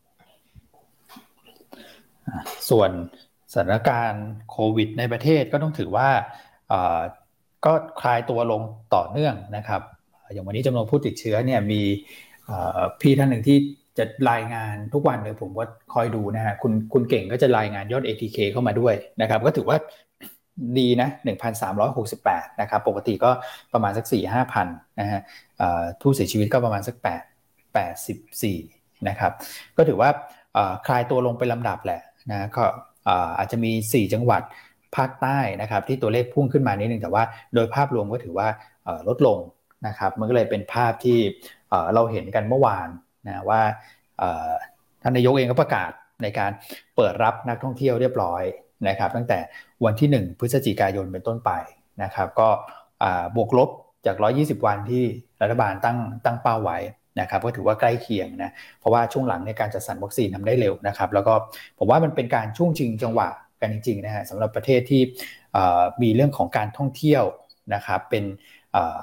ส่วนสถานการณ์โควิดในประเทศก็ต้องถือว่าก็คลายตัวลงต่อเนื่องนะครับอย่างวันนี้จำนวนผู้ติดเชื้อเนี่ยมีพี่ท่านหนึ่งที่จะรายงานทุกวันเลยผมว่าคอยดูนะฮะคุณคุณเก่งก็จะรายงานยอด เอ ที เค เข้ามาด้วยนะครับก็ถือว่าดีนะ หนึ่งพันสามร้อยหกสิบแปด นะครับปกติก็ประมาณสัก สี่ถึงห้าพัน นะฮะผู้เสียชีวิตก็ประมาณสัก8 แปดสิบสี่นะครับก็ถือว่าคลายตัวลงไปลำดับแหละนะก็อาจจะมีสี่จังหวัดภาคใต้นะครับที่ตัวเลขพุ่งขึ้นมานิดนึงแต่ว่าโดยภาพรวมก็ถือว่าลดลงนะครับมันก็เลยเป็นภาพที่เราเห็นกันเมื่อวานนะว่าท่านนายกเองก็ประกาศในการเปิดรับนักท่องเที่ยวเรียบร้อยนะครับตั้งแต่วันที่หนึ่งพฤศจิกายนเป็นต้นไปนะครับก็บวกลบจากหนึ่งร้อยยี่สิบวันที่รัฐบาลตั้งตั้งเป้าไว้นะครับก็ถือว่าใกล้เคียงนะเพราะว่าช่วงหลังในการจัดสรรวัคซีนทำได้เร็วนะครับแล้วก็ผมว่ามันเป็นการช่วงชิงจังหวะกันจริงๆนะฮะสำหรับประเทศที่มีเรื่องของการท่องเที่ยวนะครับเป็น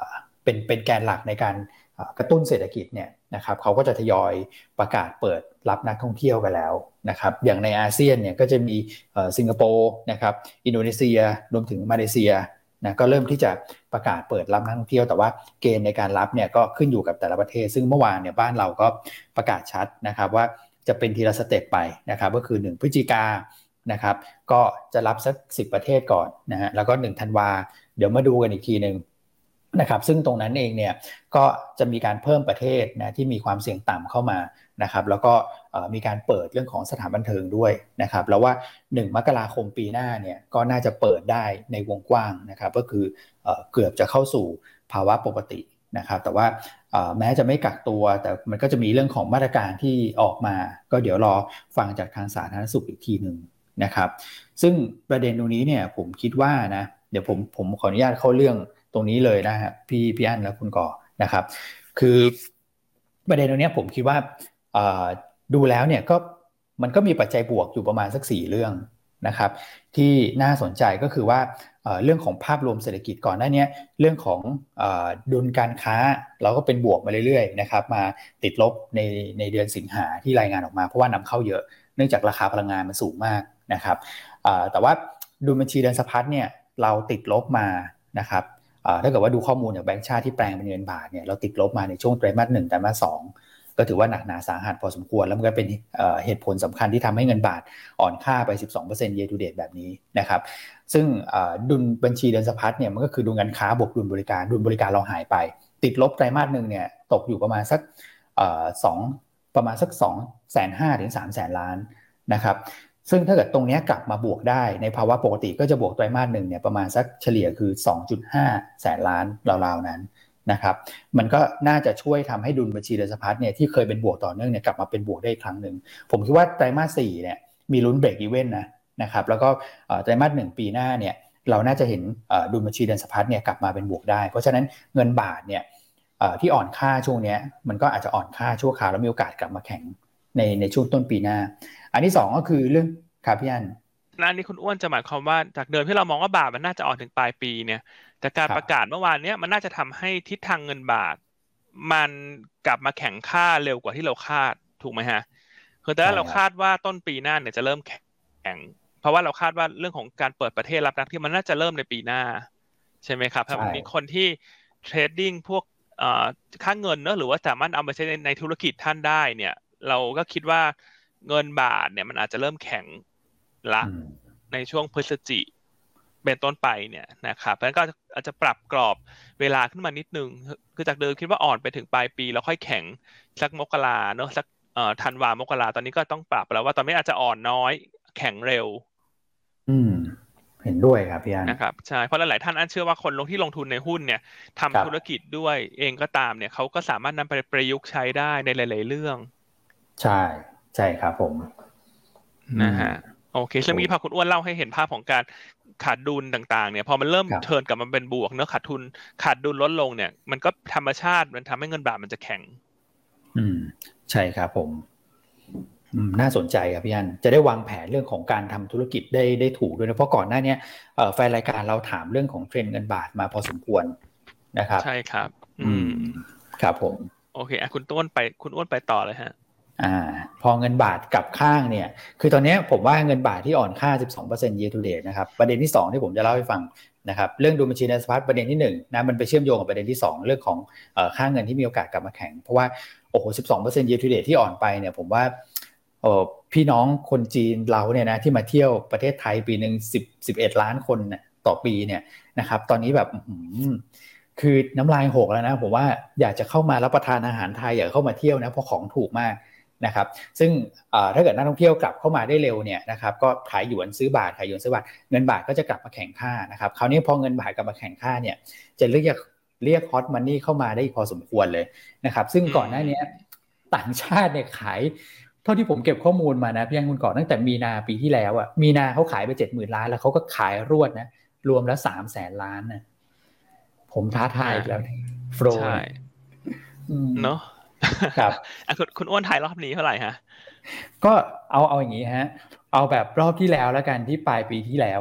เป็นเป็นแกนหลักในการกระตุ้นเศรษฐกิจเนี่ยนะครับเขาก็จะทยอยประกาศเปิดรับนักท่องเที่ยวกันแล้วนะครับอย่างในอาเซียนเนี่ยก็จะมีสิงคโปร์นะครับอินโดนีเซียรวมถึงมาเลเซียนะก็เริ่มที่จะประกาศเปิดรับนักท่องเที่ยวแต่ว่าเกณฑ์ในการรับเนี่ยก็ขึ้นอยู่กับแต่ละประเทศซึ่งเมื่อวานเนี่ยบ้านเราก็ประกาศชัดนะครับว่าจะเป็นทีละสเต็ปไปนะครับก็คือหนึ่งพฤศจิกายนนะครับก็จะรับสักสิบประเทศก่อนนะฮะแล้วก็หนึ่งธันวาเดี๋ยวมาดูกันอีกทีนึงนะครับซึ่งตรงนั้นเองเนี่ยก็จะมีการเพิ่มประเทศนะที่มีความเสี่ยงต่ำเข้ามานะครับแล้วก็มีการเปิดเรื่องของสถานบันเทิงด้วยนะครับแล้วว่าหนึ่งมกราคมปีหน้าเนี่ยก็น่าจะเปิดได้ในวงกว้างนะครับก็คือเอ่อเกือบจะเข้าสู่ภาวะปกตินะครับแต่ว่าแม้จะไม่กักตัวแต่มันก็จะมีเรื่องของมาตรการที่ออกมาก็เดี๋ยวรอฟังจากทางสาธารณสุขอีกทีนึงนะครับซึ่งประเด็นตรงนี้เนี่ยผมคิดว่านะเดี๋ยวผมผมขออนุญาตเข้าเรื่องตรงนี้เลยนะฮะพี่พี่อั้นและคุณก่อนะครับคือประเด็นตรงนี้ผมคิดว่าดูแล้วเนี่ยก็มันก็มีปัจจัยบวกอยู่ประมาณสักสี่เรื่องนะครับที่น่าสนใจก็คือว่าเรื่องของภาพรวมเศรษฐกิจก่อนหน้านี้เรื่องของดุลการค้าเราก็เป็นบวกมาเรื่อยๆนะครับมาติดลบในในเดือนสิงหาที่รายงานออกมาเพราะว่านำเข้าเยอะเนื่องจากราคาพลังงานมันสูงมากนะครับแต่ว่าดุลบัญชีเดินสะพัดเนี่ยเราติดลบมานะครับถ้าเกิดว่าดูข้อมูลจากแบงก์ชาติที่แปลงเป็นเงินบาทเนี่ยเราติดลบมาในช่วงไตรมาสหนึ่งไตรมาสสองก็ถือว่าหนักหนาสาหัสพอสมควรแล้วมันก็เป็นเหตุผลสำคัญที่ทำให้เงินบาทอ่อนค่าไป สิบสองเปอร์เซ็นต์ year to date แบบนี้นะครับซึ่งดุลบัญชีเดินสะพัดเนี่ยมันก็คือดุลการค้าบวกดุลบริการดุลบริการเราหายไปติดลบไตรมาสหนึ่งเนี่ยตกอยู่ประมาณสักสองประมาณสัก สองแสนห้าหมื่น ถึง สามแสน ล้านนะครับซึ่งถ้าเกิดตรงนี้กลับมาบวกได้ในภาวะปกติก็จะบวกไตรมาสหนึ่งเนี่ยประมาณสักเฉลี่ยคือ สองจุดห้า แสนล้านราวๆนั้นนะครับมันก็น่าจะช่วยทำให้ดุลบัญชีเดินสะพัดเนี่ยที่เคยเป็นบวกต่อเนื่องเนี่ยกลับมาเป็นบวกได้อีกครั้งหนึ่งผมคิดว่าไตรมาสสี่เนี่ยมีลุ้นเบรกอีเวนต์นะนะครับแล้วก็ไตรมาสหนึ่งปีหน้าเนี่ยเราน่าจะเห็นดุลบัญชีเดินสะพัดเนี่ยกลับมาเป็นบวกได้เพราะฉะนั้นเงินบาทเนี่ยที่อ่อนค่าช่วงนี้มันก็อาจจะอ่อนค่าชั่วคราวแล้วมีโอกาสกลับมาแข็งในในช่วงต้นปีหน้าอันที่สองก็คือเรื่องครับพี่อันนั่นนี่คุณอ้วนจะหมายความว่าจากเดิมที่เรามองว่าบาทมันน่าจะอ่อนถึงปลายปีเนี่ยแต่การประกาศเมื่อวานนี้มันน่าจะทำให้ทิศทางเงินบาทมันกลับมาแข็งค่าเร็วกว่าที่เราคาดถูกไหมฮะคือตอนแรกเราคาดว่าต้นปีหน้าเนี่ยจะเริ่มแข็งเพราะว่าเราคาดว่าเรื่องของการเปิดประเทศรับนักที่มันน่าจะเริ่มในปีหน้าใช่ไหมครับถ้ามีคนที่เทรดดิ้งพวกค่าเงินเนอะหรือว่าสามารถเอาไปใช้ในธุรกิจท่านได้เนี่ยเราก็คิดว่าเงินบาทเนี่ยมันอาจจะเริ่มแข็งละในช่วงพฤศจิกายนเป็นต้นไปเนี่ยนะครับแล้วก็อาจจะปรับกรอบเวลาขึ้นมานิดนึงคือจากเดิมคิดว่าอ่อนไปถึงปลายปีแล้วค่อยแข็งสักมกราเนอะสักเอ่อธันวามกราตอนนี้ก็ต้องปรับแล้วว่าตอนนี้อาจจะอ่อนน้อยแข็งเร็วอืมเห็นด้วยครับพี่อันนะครับใช่เพราะหลายๆท่านอันเชื่อว่าคนลงที่ลงทุนในหุ้นเนี่ยทำธุรกิจด้วยเองก็ตามเนี่ยเขาก็สามารถนำไปประยุกต์ใช้ได้ในหลายๆเรื่องใช่ใช่ครับผมนะฮะโอเคซึ่งมีพาคุณอ้วนเล่าให้เห็นภาพของการขาดดุลต่างๆเนี่ยพอมันเริ่มเทิร์นกลับมาเป็นบวกเนื้อขาดทุนขาดดุลลดลงเนี่ยมันก็ธรรมชาติมันทำให้เงินบาทมันจะแข็งอืมใช่ครับผมอืมน่าสนใจครับพี่อันจะได้วางแผนเรื่องของการทำธุรกิจได้ได้ถูกด้วยนะเพราะก่อนหน้านี้เอ่อแฟนรายการเราถามเรื่องของเทรนด์เงินบาทมาพอสมควรนะครับใช่ครับอืมครับผมโอเคอ่ะคุณต้นไปคุณอ้วนไปต่อเลยฮะอ่าพอเงินบาทกลับข้างเนี่ยคือตอนนี้ผมว่าเงินบาทที่อ่อนค่า สิบสองเปอร์เซ็นต์ year to date นะครับประเด็นที่สองที่ผมจะเล่าให้ฟังนะครับเรื่องดุลบัญชีเงินสะพัดประเด็นที่หนึ่งนะมันไปเชื่อมโยงกับประเด็นที่สองเรื่องของเอ่อค่าเงินที่มีโอกาสกลับมาแข็งเพราะว่าโอ้โห สิบสองเปอร์เซ็นต์ year to date ที่อ่อนไปเนี่ยผมว่าเอ่อพี่น้องคนจีนเราเนี่ยนะที่มาเที่ยวประเทศไทยปีนึงสิบ สิบเอ็ดล้านคนนะต่อปีเนี่ยนะครับตอนนี้แบบคือน้ำลายหกแล้วนะผมว่าอยากจะเข้ามารับประทานอาหารไทยอยากเข้ามาเที่ยวนะเพราะของถูกมากนะครับซึ่งถ้าเกิดนักท่องเที่ยวกลับเข้ามาได้เร็วเนี่ยนะครับก็ขายหยวนซื้อบาทขายหยวนซื้อบาทเงินบาทก็จะกลับมาแข็งค่านะครับคราวนี้พอเงินบาทกลับมาแข็งค่าเนี่ยจะเรียกเรียกฮอตมันนี่เข้ามาได้พอสมควรเลยนะครับซึ่งก่อนหน้านี้ต่างชาติเนี่ยขายเท่าที่ผมเก็บข้อมูลมานะพี่ยังคุณก่อนตั้งแต่มีนาปีที่แล้วอ่ะมีนาเขาขายไป เจ็ดหมื่น ล้านแล้วเขาก็ขายรวดนะรวมแล้ว สามแสน ล้านนะผมท้าทายแล้วโฟลว์ใช่เนาะครับคุณคุณอ้วนถ่ายรอบนี้เท่าไหร่ฮะก็เอาเอาอย่างนี้ฮะเอาแบบรอบที่แล้วแล้วกันที่ปลายปีที่แล้วอ่ะ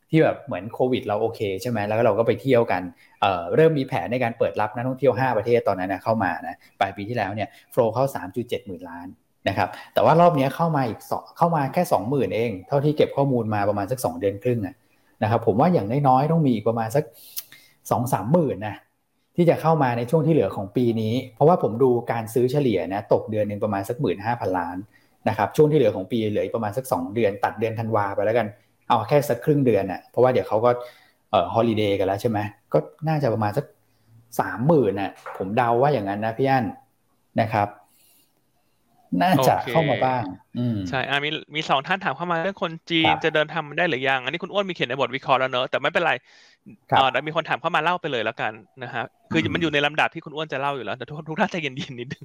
ที่แบบเหมือนโควิดเราโอเคใช่ไหมแล้วเราก็ไปเที่ยวกันเอ่อเริ่มมีแผนในการเปิดรับนักท่องเที่ยวห้าประเทศตอนนั้นนะเข้ามานะปลายปีที่แล้วเนี่ยโฟลว์เข้า สามจุดเจ็ด หมื่นล้านนะครับแต่ว่ารอบนี้เข้ามาอีกสองเข้ามาแค่ สองหมื่น เองเท่าที่เก็บข้อมูลมาประมาณสักสองเดือนครึ่งอ่ะนะครับผมว่าอย่างน้อยๆต้องมีอีกประมาณสัก สองถึงสาม หมื่นนะที่จะเข้ามาในช่วงที่เหลือของปีนี้เพราะว่าผมดูการซื้อเฉลี่ยนะตกเดือนนึงประมาณสัก หนึ่งหมื่นห้าพัน ล้านนะครับช่วงที่เหลือของปีเหลือประมาณสักสองเดือนตัดเดือนธันวาไปแล้วกันเอาแค่สักครึ่งเดือนน่ะเพราะว่าเดี๋ยวเขาก็เอ่อฮอลิเดย์กันแล้วใช่ไหมก็น่าจะประมาณสัก สามหมื่น น่ะผมเดาว่าอย่างนั้นนะพี่อั้นนะครับน่าจะเข้ามาบ้างอืมใช่อ่ะมีมีสองท่านถามเข้ามาเรื่องคนจีนจะเดินทางได้หรือยังอันนี้คุณอ้วนมีเขียนในบทวิเคราะห์แล้วเนอะแต่ไม่เป็นไรเออแต่มีคนถามเข้ามาเล่าไปเลยแล้วกันนะฮะคือมันอยู่ในลำดับที่คุณอ้วนจะเล่าอยู่แล้วแต่ทุกทุกท่านใจเย็นๆนิดนึง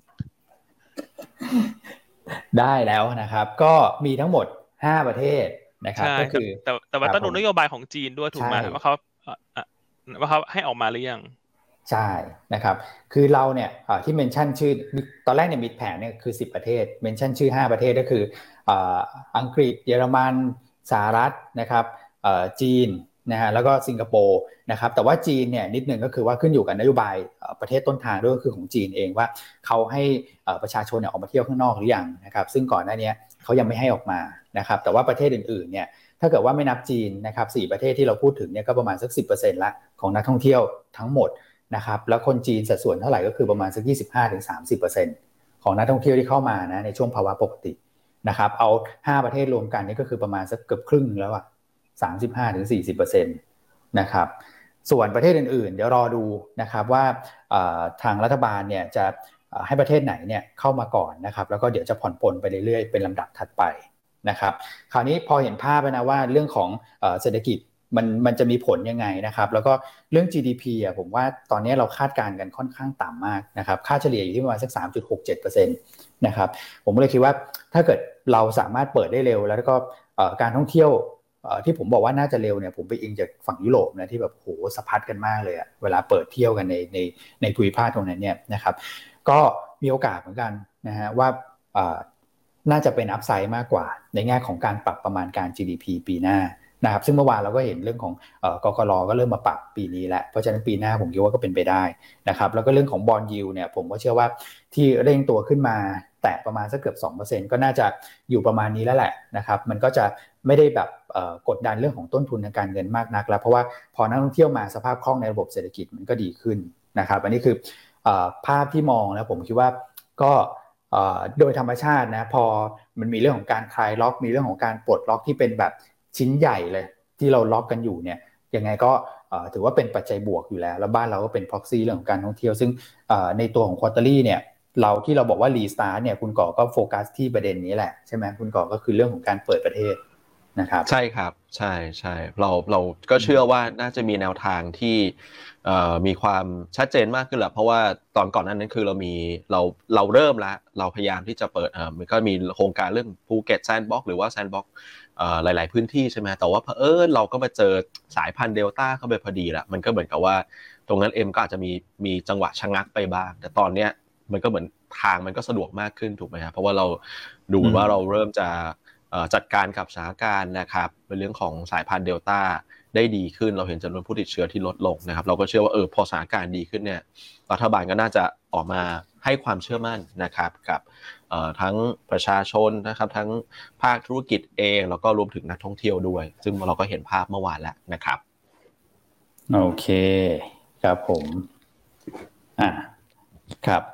ได้แล้วนะครับก็มีทั้งหมดห้าประเทศนะครับก็คือแต่แต่ว่าต้องดูนโยบายของจีนด้วยถูกไหมว่าเขาว่าเขาให้ออกมาหรือยังใช่นะครับคือเราเนี่ยที่เมนชั่นชื่อตอนแรกเนี่ยมีแผนเนี่ยคือสิบประเทศเมนชั่นชื่อห้าประเทศก็คืออังกฤษเยอรมันสหรัฐนะครับจีนนะฮะแล้วก็สิงคโปร์นะครับแต่ว่าจีนเนี่ยนิดนึงก็คือว่าขึ้นอยู่กับนโยบายประเทศต้นทางด้วยก็คือของจีนเองว่าเขาให้ประชาชนเนี่ยออกมาเที่ยวข้างนอกหรือยังนะครับซึ่งก่อนหน้านี้เขายังไม่ให้ออกมานะครับแต่ว่าประเทศอื่นๆเนี่ยถ้าเกิดว่าไม่นับจีนนะครับสี่ประเทศที่เราพูดถึงเนี่ยก็ประมาณสัก สิบเปอร์เซ็นต์ ละของนักท่องเที่ยวทั้งหมดนะครับแล้วคนจีนสัดส่วนเท่าไหร่ก็คือประมาณสัก ยี่สิบห้าถึงสามสิบเปอร์เซ็นต์ ของนักท่องเที่ยวที่เข้ามานะในช่วงภาวะปกตินะครับเอาห้าประเทศรวมกันนี่ก็คือประมาณสักเกือบครึ่งแล้วอ่ะ สามสิบห้าถึงสี่สิบเปอร์เซ็นต์ นะครับส่วนประเทศอื่นๆเดี๋ยวรอดูนะครับว่าทางรัฐบาลเนี่ยจะให้ประเทศไหนเนี่ยเข้ามาก่อนนะครับแล้วก็เดี๋ยวจะผ่อนปลนไปเรื่อยๆเป็นลำดับถัดไปนะครับคราวนี้พอเห็นภาพแล้วนะว่าเรื่องของเศรษฐกิจมันมันจะมีผลยังไงนะครับแล้วก็เรื่อง จี ดี พี อ่ะผมว่าตอนนี้เราคาดการณ์กันค่อนข้างต่ำมากนะครับค่าเฉลี่ยอยู่ที่ประมาณสัก สามจุดหกเจ็ดเปอร์เซ็นต์ นะครับผมก็เลยคิดว่าถ้าเกิดเราสามารถเปิดได้เร็วแล้วก็การท่องเที่ยวที่ผมบอกว่าน่าจะเร็วเนี่ยผมไปอิงจากฝั่งยุโรปนะที่แบบโหสะพัดกันมากเลยอะเวลาเปิดเที่ยวกันในในในภูมิภาคตรงนั้นเนี่ยนะครับก็มีโอกาสเหมือนกันนะฮะว่าน่าจะเป็นอัพไซด์มากกว่าในแง่ของการปรับประมาณการ จี ดี พี ปีหน้านะครับซึ่งเมื่อวานเราก็เห็นเรื่องของเอ่อกกร.ก็เริ่มมาปรับปีนี้แล้วเพราะฉะนั้นปีหน้าผมคิดว่าก็เป็นไปได้นะครับแล้วก็เรื่องของบอนด์ยิลด์เนี่ยผมก็เชื่อว่าที่เร่งตัวขึ้นมาแตะประมาณสักเกือบ สองเปอร์เซ็นต์ ก็น่าจะอยู่ประมาณนี้แล้วแหละนะครับมันก็จะไม่ได้แบบกดดันเรื่องของต้นทุนทางการเงินมากนักแล้วเพราะว่าพอนักท่องเที่ยวมาสภาพคล่องในระบบเศรษฐกิจมันก็ดีขึ้นนะครับอันนี้คือภาพที่มองนะผมคิดว่าก็โดยธรรมชาตินะพอมันมีเรื่องของการคลายล็อกมีเรื่องของการปลดล็อกที่เป็นแบบชิ้นใหญ่เลยที่เราล็อกกันอยู่เนี่ยยังไงก็ถือว่าเป็นปัจจัยบวกอยู่แล้วแล้วบ้านเราก็เป็น proxy เรื่องของการท่องเที่ยวซึ่งในตัวของ quarterly เนี่ยเราที่เราบอกว่า restart เนี่ยคุณก่อก็โฟกัสที่ประเด็นนี้แหละใช่ไหมคุณก่อก็คือเรื่องของการเปิดประเทศนะครับใช่ครับใช่ใช่เราเราก็เชื่อว่าน่าจะมีแนวทางที่มีความชัดเจนมากขึ้นแหละเพราะว่าตอนก่อนนั้นนั้นคือเรามีเราเราเริ่มแล้วเราพยายามที่จะเปิดเอ่อมันก็มีโครงการเรื่องภูเก็ตแซนด์บ็อกซ์หรือว่าแซนด์บ็อกซ์เอ่อหลายๆพื้นที่ใช่ไหมแต่ว่าเผอิญเราก็มาเจอสายพันธุ์เดลต้าเข้าไปพอดีละมันก็เหมือนกับว่าตรงนั้นเอ็มก็อาจจะมีมีจังหวะชะงักไปบ้างแต่ตอนเนี้ยมันก็เหมือนทางมันก็สะดวกมากขึ้นถูกไหมครับเพราะว่าเราดูว่าเราเริ่มจะจัดการกับสถานการณ์นะครับในเรื่องของสายพันธุ์เดลต้าได้ดีขึ้นเราเห็นจำนวนผู้ติดเชื้อที่ลดลงนะครับเราก็เชื่อว่าเออพอสถานการณ์ดีขึ้นเนี่ยรัฐบาลก็น่าจะออกมาให้ความเชื่อมั่นนะครับกับทั้งประชาชนนะครับทั้งภาคธุรกิจเองแล้วก็รวมถึงนักท่องเที่ยวด้วยซึ่งเราก็เห็นภาพเมื่อวานแล้วนะครับโอเคครับผมอ่าครับ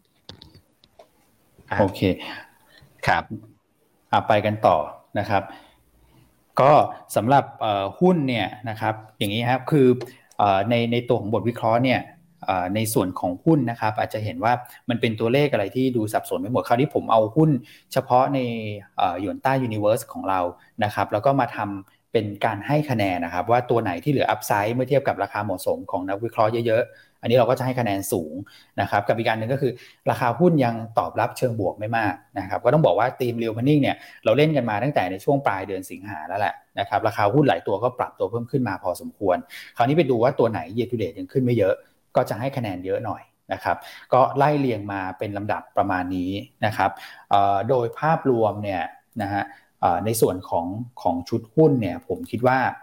โอเคครับอ่ะไปกันต่อนะครับก็สำหรับหุ้นเนี่ยนะครับอย่างนี้ครับคือในในตัวของบทวิเคราะห์เนี่ยในส่วนของหุ้นนะครับอาจจะเห็นว่ามันเป็นตัวเลขอะไรที่ดูสับสนไปหมดคราวนี้ผมเอาหุ้นเฉพาะในหยวนต้ายูนิเวอร์สของเรานะครับแล้วก็มาทำเป็นการให้คะแนนนะครับว่าตัวไหนที่เหลืออัพไซด์เมื่อเทียบกับราคาเหมาะสมของนักวิเคราะห์เยอะๆอันนี้เราก็จะให้คะแนนสูงนะครับกับอีกการหนึ่งก็คือราคาหุ้นยังตอบรับเชิงบวกไม่มากนะครับก็ต้องบอกว่าทีม Real Money เนี่ยเราเล่นกันมาตั้งแต่ในช่วงปลายเดือนสิงหาแล้วแหละนะครับราคาหุ้นหลายตัวก็ปรับตัวเพิ่มขึ้นมาพอสมควรคราวนี้ไปดูว่าตัวไหน year to date ยังขึ้นไม่เยอะก็จะให้คะแนนเยอะหน่อยนะครับก็ไล่เรียงมาเป็นลำดับประมาณนี้นะครับโดยภาพรวมเนี่ยนะฮะในส่วนของของชุดหุ้นเนี่ยผมคิดว่า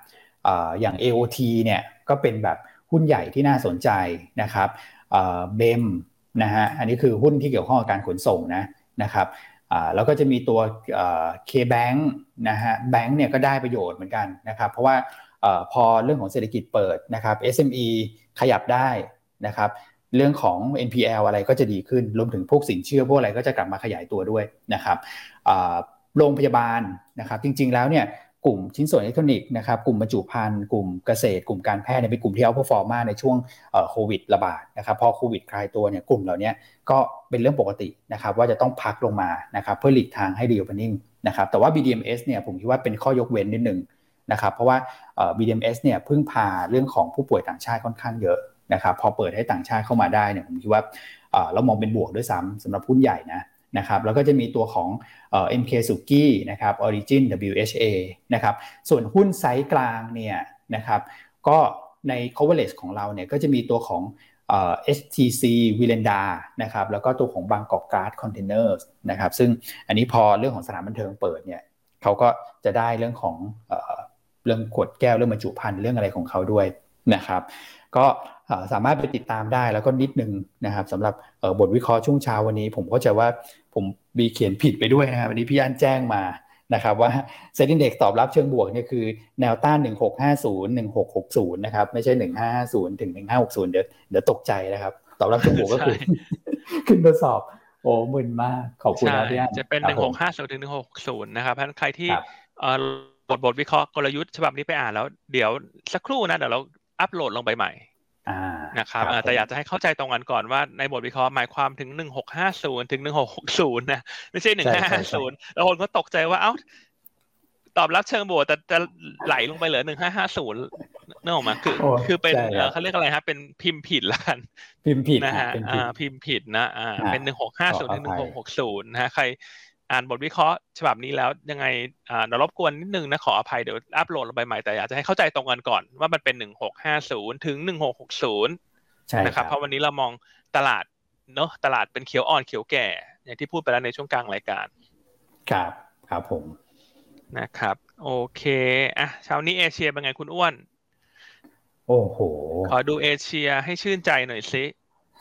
อ่าอย่าง เอ โอ ที เนี่ยก็เป็นแบบหุ้นใหญ่ที่น่าสนใจนะครับเอ่อ บี อี เอ็ม นะฮะอันนี้คือหุ้นที่เกี่ยวข้องกับการขนส่งนะนะครับอ่าแล้วก็จะมีตัวเอ่อ K-Bank นะฮะแบงค์เนี่ยก็ได้ประโยชน์เหมือนกันนะครับเพราะว่าเอ่อพอเรื่องของเศรษฐกิจเปิดนะครับ เอส เอ็ม อี ขยับได้นะครับเรื่องของ เอ็น พี แอล อะไรก็จะดีขึ้นรวมถึงพวกสินเชื่อพวกอะไรก็จะกลับมาขยายตัวด้วยนะครับอ่าโรงพยาบาลนะครับจริงๆแล้วเนี่ยกลุ่มชิ้นส่วนอิเล็กทรอนิกส์นะครับกลุ่มบรรจุภัณฑ์กลุ่มเกษตรกลุ่มการแพทย์เนี่ยเป็นกลุ่มที่เอาท์เพอร์ฟอร์มมากในช่วงเอ่อโควิดระบาดนะครับพอโควิดคลายตัวเนี่ยกลุ่มเหล่านี้ก็เป็นเรื่องปกตินะครับว่าจะต้องพักลงมานะครับเพื่อหลีกทางให้ reopening นะครับแต่ว่า บี ดี เอ็ม เอส เนี่ยผมคิดว่าเป็นข้อยกเว้นนิดนึงนะครับเพราะว่าเอ่อ บี ดี เอ็ม เอส เนี่ยพึ่งพาเรื่องของผู้ป่วยต่างชาติค่อนข้างเยอะนะครับพอเปิดให้ต่างชาติเข้ามาได้เนี่ยผมคิดว่าเอ่อเรามองเป็นบวกด้วยซ้ำสำหรับหุ้นใหญ่นะนะครับแล้วก็จะมีตัวของเอ่อ เอ็ม เค Suki นะครับ Origin ดับเบิลยู เอช เอ นะครับส่วนหุ้นไซส์กลางเนี่ยนะครับก็ใน coverage ของเราเนี่ยก็จะมีตัวของเอ่อ เอช ที ซี Vilenda นะครับแล้วก็ตัวของ Bangkok Guard Containers นะครับซึ่งอันนี้พอเรื่องของสถานบันเทิงเปิดเนี่ยเขาก็จะได้เรื่องของเอ่อเรื่องขวดแก้วเรื่องบรรจุภัณฑ์เรื่องอะไรของเขาด้วยนะครับก็สามารถไปติดตามได้แล้วก็นิดนึงนะครับสำหรับบทวิเคราะห์ช่วงเช้าวันนี้ผมเข้าใจว่าผมมีเขียนผิดไปด้วยนะครับวันนี้พี่อั้นแจ้งมานะครับว่า Set Index ตอบรับเชิงบวกเนี่ยคือแนวต้านหนึ่งหกห้าศูนย์ หนึ่งหกหกศูนย์นะครับไม่ใช่หนึ่งห้าห้าศูนย์ถึงหนึ่งห้าหกศูนย์เดี๋ยวเดี๋ยวตกใจนะครับตอบรับเชิงบวกก็คือ ขึ้นทดสอบโอ้มึนมากขอบคุณนะพี่อั้นจะเป็นหนึ่งหกห้าศูนย์ถึงหนึ่งหกหกศูนย์นะครับเพราะฉะนั้นใครที่เอ่อบทบทวิเคราะห์กลยุทธ์ฉบับนี้ไปอ่านแล้วเดี๋ยวสักครู่นะเดี๋ยวเราอัปโหลดลงไปใหม่นะครับแต่อยากจะให้เข้าใจตรงกันก่อนว่าในบทวิเคราะห์หมายความถึงหนึ่งหกห้าศูนย์ถึงหนึ่งหกหกศูนย์นะไม่ใช่หนึ่งห้าห้าศูนย์แล้วคนก็ตกใจว่าเอ้าตอบรับเชิงบวกแต่จะไหลลงไปเหลือหนึ่งห้าห้าศูนย์นึกออกมั้ยคือคือเป็นเค้าเรียกอะไรครับเป็นพิมพ์ผิดละกันพิมพ์ผิดนะฮะอ่าพิมพ์ผิดนะอ่าเป็นหนึ่งหกห้าศูนย์ถึงหนึ่งหกหกศูนย์นะฮะใครอ่านบทวิเคราะห์ฉบับนี้แล้วยังไงอ่าเดี๋ยวรบกวนนิดนึงนะขออภัยเดี๋ยวอัปโหลดลงไปใหม่แต่อยากจะให้เข้าใจตรงกันก่อนว่ามันเป็นหนึ่งหกห้าศูนย์ถึงหนึ่งหกหกศูนย์ใช่นะครับเพราะวันนี้เรามองตลาดเนาะตลาดเป็นเขียวอ่อนเขียวแก่อย่างที่พูดไปแล้วในช่วงกลางรายการครับครับผมนะครับโอเคอ่ะเช้านี้เอเชียเป็นไงคุณอ้วนโอ้โหขอดูเอเชียให้ชื่นใจหน่อยสิ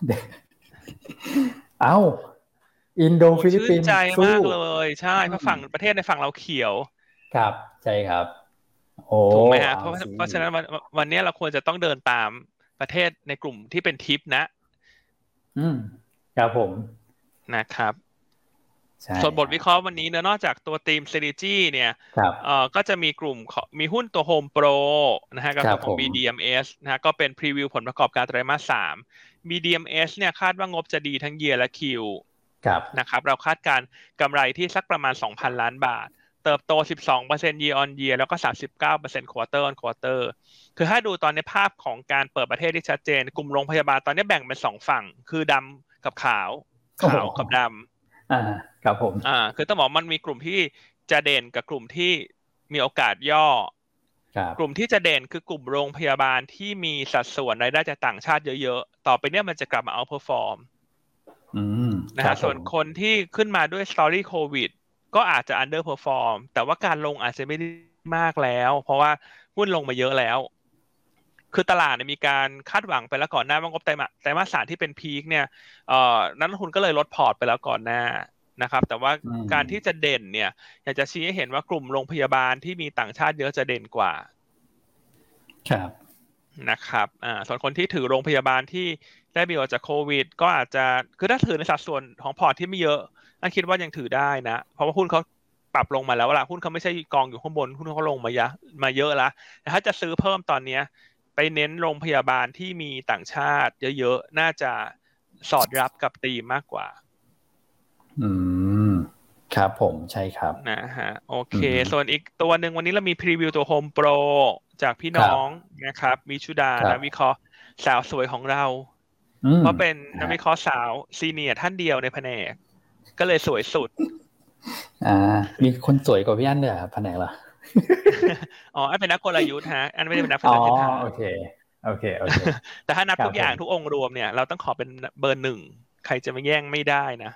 เอ้าอินโดฟิลิปปินส์ชื่นใจมากเลยใช่เพราะฝั่งประเทศในฝั่งเราเขียวครับใช่ครับโอ้ถูกไหมฮะเพราะเพราะฉะนั้นวันวันนี้เราควรจะต้องเดินตามประเทศในกลุ่มที่เป็นทิปนะอืมครับผมนะครับส่วนบทวิเคราะห์วันนี้เนอะนอกจากตัวทีม Synergy เนี่ยเอ่อก็จะมีกลุ่มมีหุ้นตัว Home Pro นะฮะกับตัวของ บี ดี เอ็ม เอส นะฮะก็เป็นพรีวิวผลประกอบการไตรมาสสาม บี ดี เอ็ม เอส เนี่ยคาดว่างบจะดีทั้ง Year และ Q นะครับเราคาดการกำไรที่สักประมาณ สองพัน ล้านบาทเติบโต สิบสองเปอร์เซ็นต์ Year on Year แล้วก็ สามสิบเก้าเปอร์เซ็นต์ Quarter on Quarter คือถ้าดูตอนนี้ภาพของการเปิดประเทศที่ชัดเจนกลุ่มโรงพยาบาลตอนนี้แบ่งเป็นสองฝั่งคือดำกับขาวขาวกับดำอ่าครับผมอ่าคือต้องบอกมันมีกลุ่มที่จะเด่นกับกลุ่มที่มีโอกาสย่อกลุ่มที่จะเด่นคือกลุ่มโรงพยาบาลที่มีสัดส่วนรายได้จากต่างชาติเยอะๆต่อไปเนี่ยมันจะกลับมาเอาเพอร์ฟอร์มนะฮะส่วนคนที่ขึ้นมาด้วยสตอรี่โควิดก็อาจจะอันเดอร์เพอร์ฟอร์มแต่ว่าการลงอาจจะไม่ได้มากแล้วเพราะว่าหุ้นลงมาเยอะแล้วคือตลาดมีการคาดหวังไปแล้วก่อนหน้าว่างบไตรมาสไตรมาสสามที่เป็นพีคเนี่ยเอ่อนักลงทุนก็เลยลดพอร์ตไปแล้วก่อนหน้านะครับแต่ว่าการที่จะเด่นเนี่ยอยากจะชี้ให้เห็นว่ากลุ่มโรงพยาบาลที่มีต่างชาติเยอะจะเด่นกว่าครับนะครับอ่าส่วนคนที่ถือโรงพยาบาลที่ได้ประโยชน์จากโควิดก็อาจจะคือถ้าถือในสัดส่วนของพอร์ตที่ไม่เยอะอันคิดว่ายังถือได้นะเพราะว่าหุ้นเขาปรับลงมาแล้วล่ะหุ้นเขาไม่ใช่กองอยู่ข้างบนหุ้นเขาลงมาเยอะมาเยอะแล้วแต่ถ้าจะซื้อเพิ่มตอนนี้ไปเน้นโรงพยาบาลที่มีต่างชาติเยอะๆน่าจะสอดรับกับธีมมากกว่าอืมครับผมใช่ครับนะฮะโอเคส่วนอีกตัวหนึ่งวันนี้เรามีพรีวิวตัว Home Pro จากพี่น้องนะครับมิชุดานักวิเคราะห์สาวสวยของเราเพราะเป็นนักวิเคราะห์สาวซีเนียร์ท่านเดียวในแผนกก็เลยสวยสุดอ่ามีคนสวยกว่าพี่อั้นด้วยครับแผนกเหรออ๋ออันเป็นนักกลยุทธ์ฮะอันไม่ได้เป็นนักพัฒนาอ๋อโอเคโอเคโอเคแต่ถ้านับทุกอย่างทุกองค์รวมเนี่ยเราต้องขอเป็นเบอร์หนึ่งใครจะมาแย่งไม่ได้นะ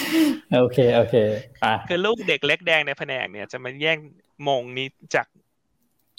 โอเคโอเคอ่ะคือลูกเด็กเล็กแดงในแผนกเนี่ยจะมาแย่งมงนี้จาก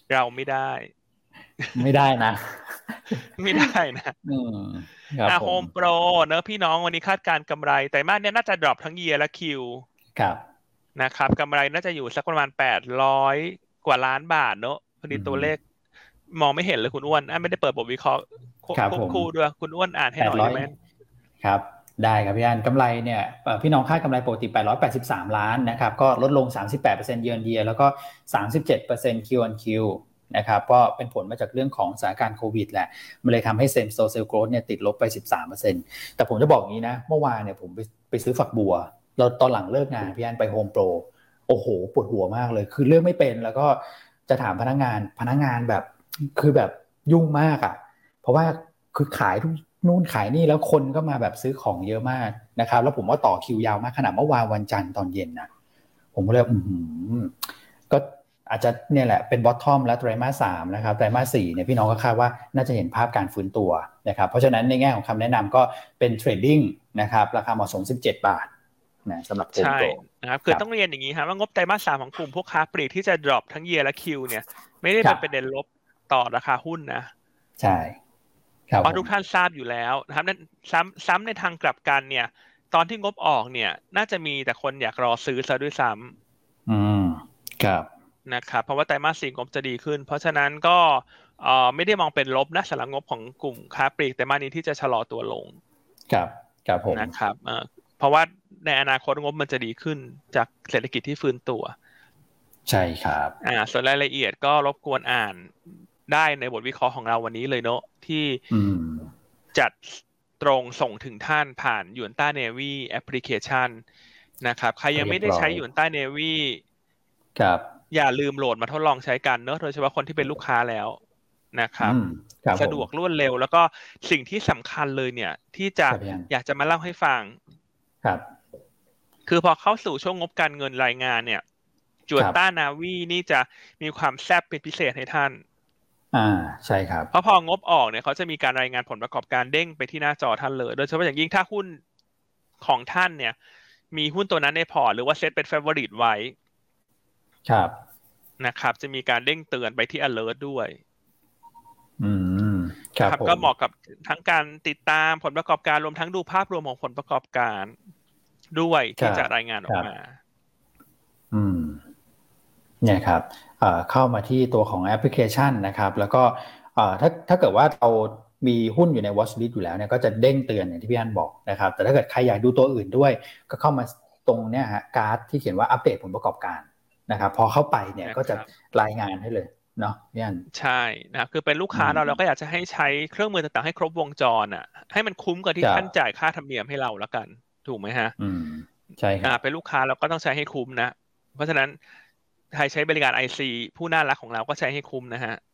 เราไม่ได้ไม่ได้นะไม่ได้นะอืมครับอ่ะผม Home Pro เนอะพี่น้องวันนี้คาดการณ์กำไรไตรมาสเนี้ยน่าจะดรอปทั้ง year และ Q ครับนะครับกำไรน่าจะอยู่สักประมาณแปดร้อยกว่าล้านบาทเนอะพอดีตัวเลขมองไม่เห็นเลยคุณอ้วนอ่ะไม่ได้เปิดบทวิเคราะห์ควบคู่ด้วยคุณอ้วนอ่านให้หน่อยได้ไหมครับได้ครับพี่อันกำไรเนี่ยพี่น้องคาดกำไรปกติแปดร้อยแปดสิบสามล้านนะครับก็ลดลง สามสิบแปดเปอร์เซ็นต์ year on year แล้วก็ สามสิบเจ็ดเปอร์เซ็นต์ Q on Q นะครับก็เป็นผลมาจากเรื่องของสถานการณ์โควิดแหละมันเลยทำให้ same store sales growth เนี่ยติดลบไป สิบสามเปอร์เซ็นต์ แต่ผมจะบอกอย่างนี้นะเมื่อวานเนี่ยผมไปไปซื้อฝักบัวเราตอนหลังเลิกงานพี่อันไป Home Pro โอ้โหปวดหัวมากเลยคือเลือกไม่เป็นแล้วก็จะถามพนักงานพนักงานแบบคือแบบยุ่งมากอ่ะเพราะว่าคือขายทุกนู่นขายนี่แล้วคนก็มาแบบซื้อของเยอะมากนะครับแล้วผมว่าต่อคิวยาวมากขนาดเมื่อวานวันจันทร์ตอนเย็นนะผมก็เลยอืมก็อาจจะเนี่ยแหละเป็นบอททอมและไตรมาสสามนะครับไตรมาสสี่เนี่ยพี่น้องก็คาดว่าน่าจะเห็นภาพการฟื้นตัวนะครับเพราะฉะนั้นในแง่ของคำแนะนำก็เป็นเทรดดิ้งนะครับราคาเหมาะสมสิบเจ็ดบาทนะสำหรับโฮมโปรนะครับคือต้องเรียนอย่างนี้ครับว่างบไตรมาสสามของกลุ่มพวกค้าปลีกที่จะ drop ทั้ง year และ Q เนี่ยไม่ได้เป็นประเด็นลบต่อราคาหุ้นนะใช่เพราะทุกท่านทราบอยู่แล้วนะครับนั้นซ้ำซ้ำในทางกลับกันเนี่ยตอนที่งบออกเนี่ยน่าจะมีแต่คนอยากรอซื้อซะด้วยซ้ำอืมครับนะครับเพราะว่าไตรมาสสี่งบจะดีขึ้นเพราะฉะนั้นก็เอ่อไม่ได้มองเป็นลบนะสำหรับงบของกลุ่มค้าปลีกไตรมาสนี้ที่จะชะลอตัวลงครับครับผมนะครับเอ่อเพราะว่าในอนาคตงบมันจะดีขึ้นจากเศรษฐกิจที่ฟื้นตัวใช่ครับอ่าส่วนรายละเอียดก็รบกวนอ่านได้ในบทวิเคราะห์ของเราวันนี้เลยเนอะที่จัดตรงส่งถึงท่านผ่านยูนต้าเนวี่แอปพลิเคชันนะครับใครยังไม่ได้ใช้ยูนต้าเนวี่ครับอย่าลืมโหลดมาทดลองใช้กันเนอะโดยเฉพาะคนที่เป็นลูกค้าแล้วนะครับสะดวกรวดเร็วแล้วก็สิ่งที่สำคัญเลยเนี่ยที่จะอยากจะมาเล่าให้ฟังครับคือพอเข้าสู่ช่วงงบการเงินรายงานเนี่ยยูนต้านาวีนี่จะมีความแซ่บเป็นพิเศษให้ท่านอ่าใช่ครับเพราะพองบออกเนี่ยเขาจะมีการรายงานผลประกอบการเด้งไปที่หน้าจอท่านเลยโดยเฉพาะอย่างยิ่งถ้าหุ้นของท่านเนี่ยมีหุ้นตัวนั้นในพอร์ตหรือว่าเซตเป็น favorite ไว้ครับนะครับจะมีการเด้งเตือนไปที่ alert ด้วยอืมครับก็เหมาะกับทั้งการติดตามผลประกอบการรวมทั้งดูภาพรวมของผลประกอบการด้วยที่จะรายงานออกมาอืมเนี่ยครับเข้ามาที่ตัวของแอปพลิเคชันนะครับแล้วก็ถ้าถ้าเกิดว่าเรามีหุ้นอยู่ใน watch list อยู่แล้วเนี่ยก็จะเด้งเตือนอย่างที่พี่อันบอกนะครับแต่ถ้าเกิดใครอยากดูตัวอื่นด้วยก็เข้ามาตรงเนี้ยฮะการ์ดที่เขียนว่าอัปเดตผลประกอบการนะครับพอเข้าไปเนี่ยก็จะรายงานให้เลยเนาะพี่อันใช่นะครับคือเป็นลูกค้าเราเราก็อยากจะให้ใช้เครื่องมือต่างๆให้ครบวงจรอ่ะให้มันคุ้มกับที่ท่านจ่ายค่าธรรมเนียมให้เราแล้วกันถูกไหมฮะอืมใช่ครับเป็นลูกค้าเราก็ต้องใช้ให้คุ้มนะเพราะฉะนั้นใครใช้บริการ ไอ ซี ผู้น่ารักของเราก็ใช้ให้คุ้มนะฮะ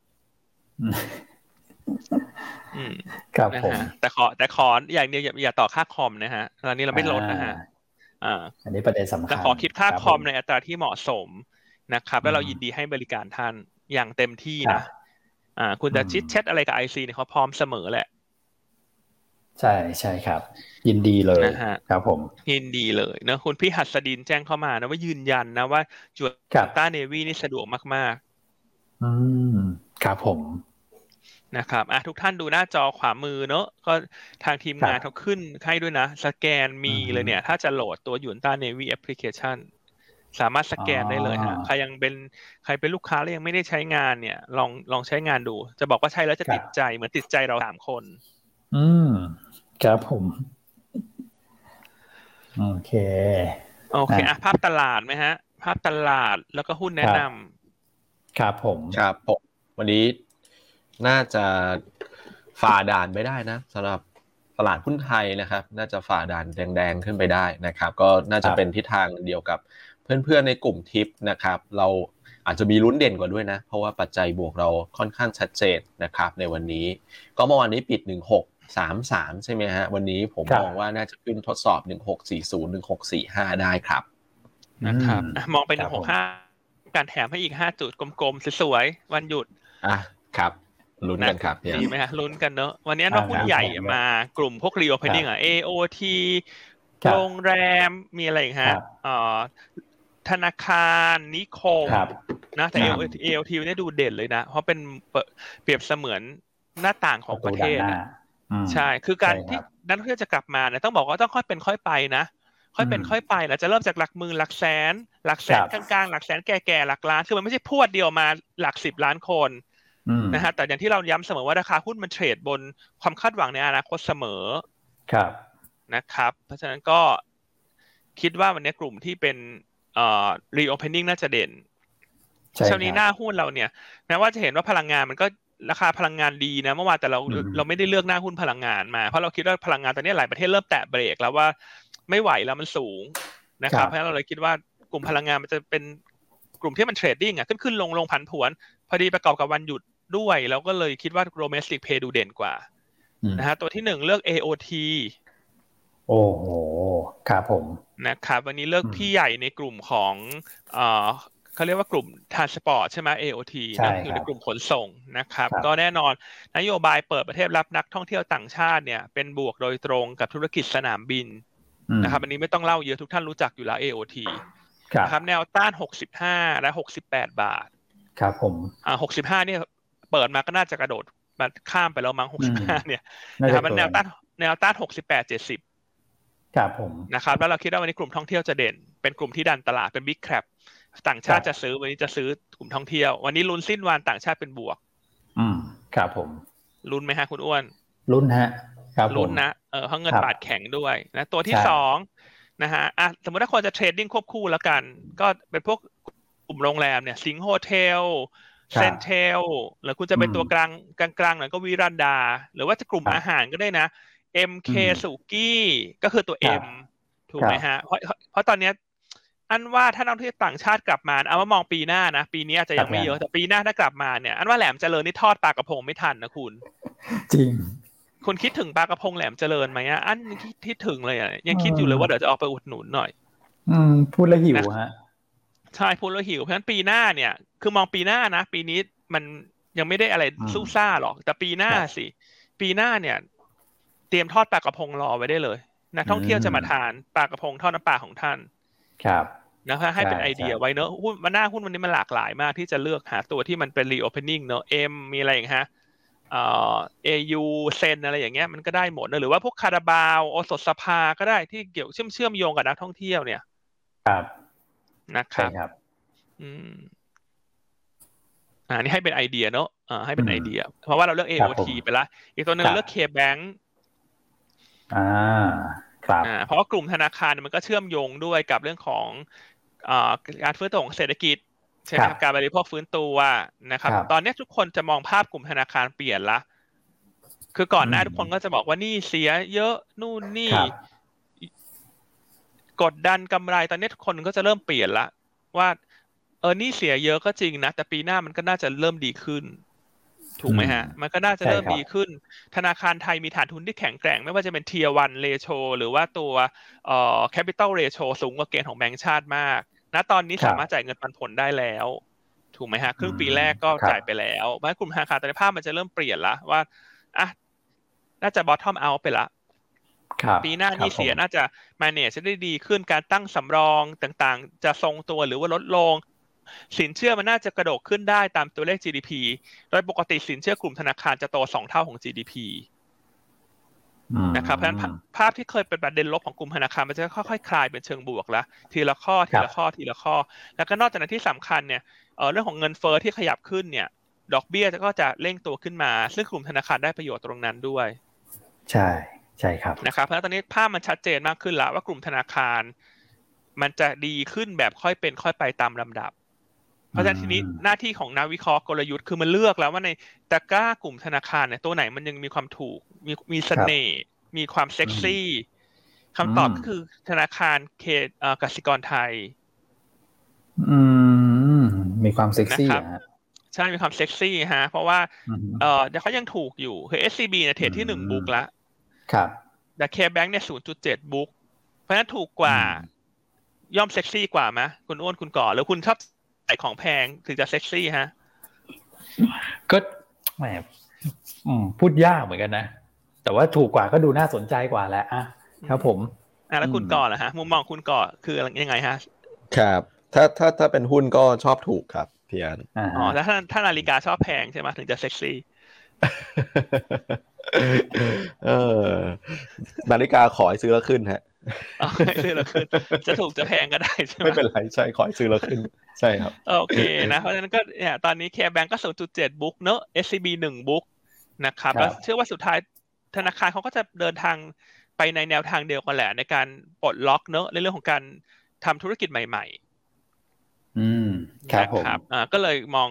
อืมครับผมแต่ขอแต่ขออย่างเดียวอย่าอย่าต่อค่าคอมนะฮะตอนนี้เราไม่ลดนะฮะอ่าอันนี้ประเด็นสำคัญแต่ขอคิดค่าคอมในอัตราที่เหมาะสมนะครับแล้วเรายินดีให้บริการท่านอย่างเต็มที่นะอ่าคุณจะชิดแชทอะไรกับ ไอ ซี เนี่ยเขาพร้อมเสมอแหละใช่ใช่ครับยินดีเลยครับผมยินดีเลยนะคุณพี่หัสดินแจ้งเข้ามานะว่ายืนยันนะว่าจูต้าเนวี่นี่สะดวกมากๆอืมครับผมนะครับอ่ะทุกท่านดูหน้าจอขวามือเนอะก็ทางทีมงานเขาขึ้นให้ด้วยนะสแกนมีเลยเนี่ยถ้าจะโหลดตัวยูนต้าเนวี่แอปพลิเคชันสามารถสแกนได้เลยฮะใครยังเป็นใครเป็นลูกค้าแล้วยังไม่ได้ใช้งานเนี่ยลองลองใช้งานดูจะบอกว่าใช้แล้วจะติดใจเหมือนติดใจเราสามคนอืมครับผมโอเคโอเคอ่ะภาพตลาดไหมฮะภาพตลาดแล้วก็หุ้นแนะนำครับผมครับผมวันนี้น่าจะฝ่าด่านไปได้นะสำหรับตลาดหุ้นไทยนะครับน่าจะฝ่าด่านแดงๆขึ้นไปได้นะครับก็น่าจะเป็นทิศทางเดียวกับเพื่อนๆในกลุ่มทิปนะครับเราอาจจะมีลุ้นเด่นกว่าด้วยนะเพราะว่าปัจจัยบวกเราค่อนข้างชัดเจนนะครับในวันนี้ก็เมื่อวานนี้ปิดหนึ่งหกสามสามใช่ไหมฮะวันนี้ผมมองว่าน่าจะขึ้นทดสอบหนึ่งหกสี่ศูนย์ หนึ่งหกสี่ห้าได้ครับนะครับมองไปหนึ่งหกห้าการแถมให้อีกห้าจุดกลมๆสวยๆวันหยุดอ่ะครับลุ้นกันครับดีไหมฮะลุ้นกันเนอะวันนี้เราหุ้นใหญ่มากลุ่มพวก Reopening อ่ะ เอ โอ ที โรงแรมมีอะไรอีกฮะอ่าธนาคารนิคมนะแต่ เอ แอล ที เนี่ยดูเด่นเลยนะเพราะเป็นเปรียบเสมือนหน้าต่างของประเทศนะใช่คือการที่นักท่องเที่ยวจะกลับมาเนี่ยต้องบอกว่าต้องค่อยเป็นค่อยไปนะค่อยเป็นค่อยไปแล้วจะเริ่มจากหลักหมื่นหลักแสนหลักแสนกลางๆหลักแสนแก่ๆหลักล้านคือมันไม่ใช่พรวดเดียวมาหลักสิบล้านคนนะฮะแต่อย่างที่เราย้ำเสมอว่าราคาหุ้นมันเทรดบนความคาดหวังในอนาคตเสมอครับนะครับเพราะฉะนั้นก็คิดว่าวันนี้กลุ่มที่เป็นเอ่อ reopening น่าจะเด่นเช้านี้หน้าหุ้นเราเนี่ยแม้ว่าจะเห็นว่าพลังงานมันก็ราคาพลังงานดีนะเมื่อวานแต่เราเราไม่ได้เลือกหน้าหุ้นพลังงานมาเพราะเราคิดว่าพลังงานตอนนี้หลายประเทศเริ่มแตะเบรกแล้วว่าไม่ไหวแล้วมันสูงนะครับเพราะฉะนั้นเราเลยคิดว่ากลุ่มพลังงานมันจะเป็นกลุ่มที่มันเทรดดิ้งอ่ะขึ้นขึ้นลงลงผันผวนพอดีประกอบกับวันหยุดด้วยเราก็เลยคิดว่า domestic play ดูเด่นกว่านะฮะตัวที่หนึ่งเลือก เอ โอ ทีโอ้โหครับผมนะครับวันนี้เลือกพี่ใหญ่ในกลุ่มของเอ่อเขาเรียกว่ากลุ่ม transport ใช่ไหม เอ โอ ที นะอยู่ในกลุ่มขนส่งนะครับก็แน่นอนนโยบายเปิดประเทศรับนักท่องเที่ยวต่างชาติเนี่ยเป็นบวกโดยตรงกับธุรกิจสนามบินนะครับอันนี้ไม่ต้องเล่าเยอะทุกท่านรู้จักอยู่แล้ว เอ โอ ที นะครับแนวต้านหกสิบห้าและหกสิบแปดบาทครับผมอ่าหกสิบห้าเนี่ยเปิดมาก็น่าจะกระโดดมาข้ามไปแล้วมั้งหกสิบห้าเนี่ยนะครับมันแนวต้านแนวต้านหกสิบแปด เจ็ดสิบครับผมนะครับแล้วเราคิดว่าวันนี้กลุ่มท่องเที่ยวจะเด่นเป็นกลุ่มที่ดันตลาดเป็นบิ๊กแคปต่างชาติจะซื้อวันนี้จะซื้อกลุ่มท่องเที่ยววันนี้ลุ้นสิ้นวันต่างชาติเป็นบวกอืมครับผมลุ้นไหมฮะคุณอ้วนลุ้นฮะครับลุ้นนะเออเพราะเงินบาทแข็งด้วยนะตัวที่สองนะฮะอ่ะสมมติถ้าคนจะเทรดดิ้งควบคู่แล้วกันก็เป็นพวกกลุ่มโรงแรมเนี่ยสิงห์โฮเทลเซนเทลหรือคุณจะเป็นตัวกลางกลางๆหน่อยก็วิรันดาหรือว่าจะกลุ่มอาหารก็ได้นะ เอ็ม เค สุกี้ก็คือตัว M ถูกไหมฮะเพราะเพราะตอนนี้อันว่าถ้านักท่องเที่ยวต่างชาติกลับมาเอาว่ามองปีหน้านะปีนี้อาจจะยังไม่เยอะแต่ปีหน้าถ้ากลับมาเนี่ยอันว่าแหลมเจริญนี่ทอดปลากระพงไม่ทันนะคุณจริงคุณคิดถึงปลากระพงแหลมเจริญไหมอ่ะอันคิดถึงเลยอ่ะยังคิดอยู่เลยว่าเดี๋ยวจะออกไปอุดหนุนหน่อยอืมพูดแล้วหิวฮะใช่พูดแล้วหิวเพราะฉะนั้นปีหน้าเนี่ยคือมองปีหน้านะปีนี้มันยังไม่ได้อะไรสู้ซ่าหรอกแต่ปีหน้าสิปีหน้าเนี่ยเตรียมทอดปลากระพงรอไว้ได้เลยนักท่องเที่ยวจะมาทานปลากระพงทอดน้ำปลาของท่านครับนะครับให้เป็นไอเดียไว้เนอะหุ้นมันหน้าหุ้นวันนี้มันหลากหลายมากที่จะเลือกหาตัวที่มันเป็น reopening เนอะ M มีอะไรอย่างฮะเอ่อ เอ ยู เซนอะไรอย่างเงี้ยมันก็ได้หมดนะหรือว่าพวกคาราบาวโอสถสภาก็ได้ที่เกี่ยวเชื่อมเชื่อมโยงกับนักท่องเที่ยวเนี่ยครับนะครับอืมอ่านี่ให้เป็นไอเดียเนอะอ่าให้เป็นไอเดียเพราะว่าเราเลือก เอ โอ ที ไปละอีกตัวนึงเลือก K-Bank อ่าครับอ่าเพราะว่ากลุ่มธนาคารมันก็เชื่อมโยงด้วยกับเรื่องของอ่าการฟื้นตัวของเศรษฐกิจใช่ไหมครับการบริโภคฟื้นตัวนะครับตอนนี้ทุกคนจะมองภาพกลุ่มธนาคารเปลี่ยนละคือก่อนหน้าทุกคนก็จะบอกว่านี่เสียเยอะนู่นนี่กดดันกำไรตอนนี้ทุกคนก็จะเริ่มเปลี่ยนละว่าเออนี่เสียเยอะก็จริงนะแต่ปีหน้ามันก็น่าจะเริ่มดีขึ้นถูกไหมฮะมันก็น่าจะเริ่มดีขึ้นธนาคารไทยมีฐานทุนที่แข็งแกร่งไม่ว่าจะเป็น Tier วัน Ratio หรือว่าตัวเอ่อ Capital Ratio สูงกว่าเกณฑ์ของแบงก์ชาติมากณตอนนี้สามารถจ่ายเงินปันผลได้แล้วถูกไหมฮะครึ่งปีแรกก็จ่ายไปแล้วเพราะกลุ่มธนาคารตอนนี้ภาพมันจะเริ่มเปลี่ยนละว่าอ่ะน่าจะ bottom out ไปละปีหน้านี่เสียน่าจะ manage ได้ดีขึ้นการตั้งสำรองต่างๆจะทรงตัวหรือว่าลดลงสินเชื่อมันน่าจะกระโดดขึ้นได้ตามตัวเลข จี ดี พี โดยปกติสินเชื่อกลุ่มธนาคารจะโตสองเท่าของ จี ดี พี นะครับเพราะฉะนั้นภาพที่เคยเป็นประเด็นลบของกลุ่มธนาคารมันจะค่อยๆคลายเป็นเชิงบวกแล้วทีละข้อทีละข้อทีละข้อแล้วก็นอกจากนั้นที่สำคัญเนี่ยเอ่อเรื่องของเงินเฟ้อที่ขยับขึ้นเนี่ยดอกเบี้ยก็จะเร่งตัวขึ้นมาซึ่งกลุ่มธนาคารได้ประโยชน์ตรงนั้นด้วยใช่ใช่ครับนะครับเพราะตอนนี้ภาพมันชัดเจนมากขึ้นแล้วว่ากลุ่มธนาคารมันจะดีขึ้นแบบค่อยเป็นค่อยไปตามลำดับเพราะฉะนั้นทีนี้หน้าที่ของนักวิเคราะห์กลยุทธ์คือมันเลือกแล้วว่าในตะกร้ากลุ่มธนาคารเนี่ยตัวไหนมันยังมีความถูกมีมีเสน่ห์มีความเซ็กซี่คำตอบก็คือธนาคารเคเอ่อกสิกรไทยอืมมีความเซ็กซี่ฮะใช่มีความเซ็กซี่ฮะเพราะว่าเอ่อเดี๋ยวเขายังถูกอยู่คือ เอส ซี บี เนี่ยเทรดที่หนึ่งบุ๊กละครับแต่ K-Bank เนี่ย ศูนย์จุดเจ็ด บุ๊กเพราะฉะนั้นถูกกว่าย่อมเซ็กซี่กว่ามั้ยคุณอ้วนคุณก่อหรือคุณชอบใส่ของแพงถึงจะเซ็กซี่ฮะก็แหมอืมพูดยากเหมือนกันนะแต่ว่าถูกกว่าก็ดูน่าสนใจกว่าแหละอ่ะครับผมอ่ะแล้วคุณก่อล่ะฮะมุมมองคุณก่อคือยังไงฮะครับถ้าถ้าถ้าเป็นหุ้นก็ชอบถูกครับพี่อันอ๋อแล้วถ้าถ้านาฬิกาชอบแพงใช่ไหมถึงจะเซ็กซี่เออนาฬิกาขอให้ซื้อแล้วขึ้นฮะอ๋อให้ซื้อแล้วขึ้นจะถูกจะแพงก็ได้ใช่ไหมไม่เป็นไรใช่ขอให้ซื้อแล้วขึ้นใช่ครับโอเคนะเพราะฉะนั้นก็เนี่ยตอนนี้ K-Bank ก็ ศูนย์จุดเจ็ด บุ๊กเนอะ เอส ซี บี หนึ่งบุ๊กนะครับแล้วเชื่อว่าสุดท้ายธนาคารเขาก็จะเดินทางไปในแนวทางเดียวกันแหละในการปลดล็อกเนอะในเรื่องของการทำธุรกิจใหม่ๆอืมครับผมนะครับอ่าก็เลยมอง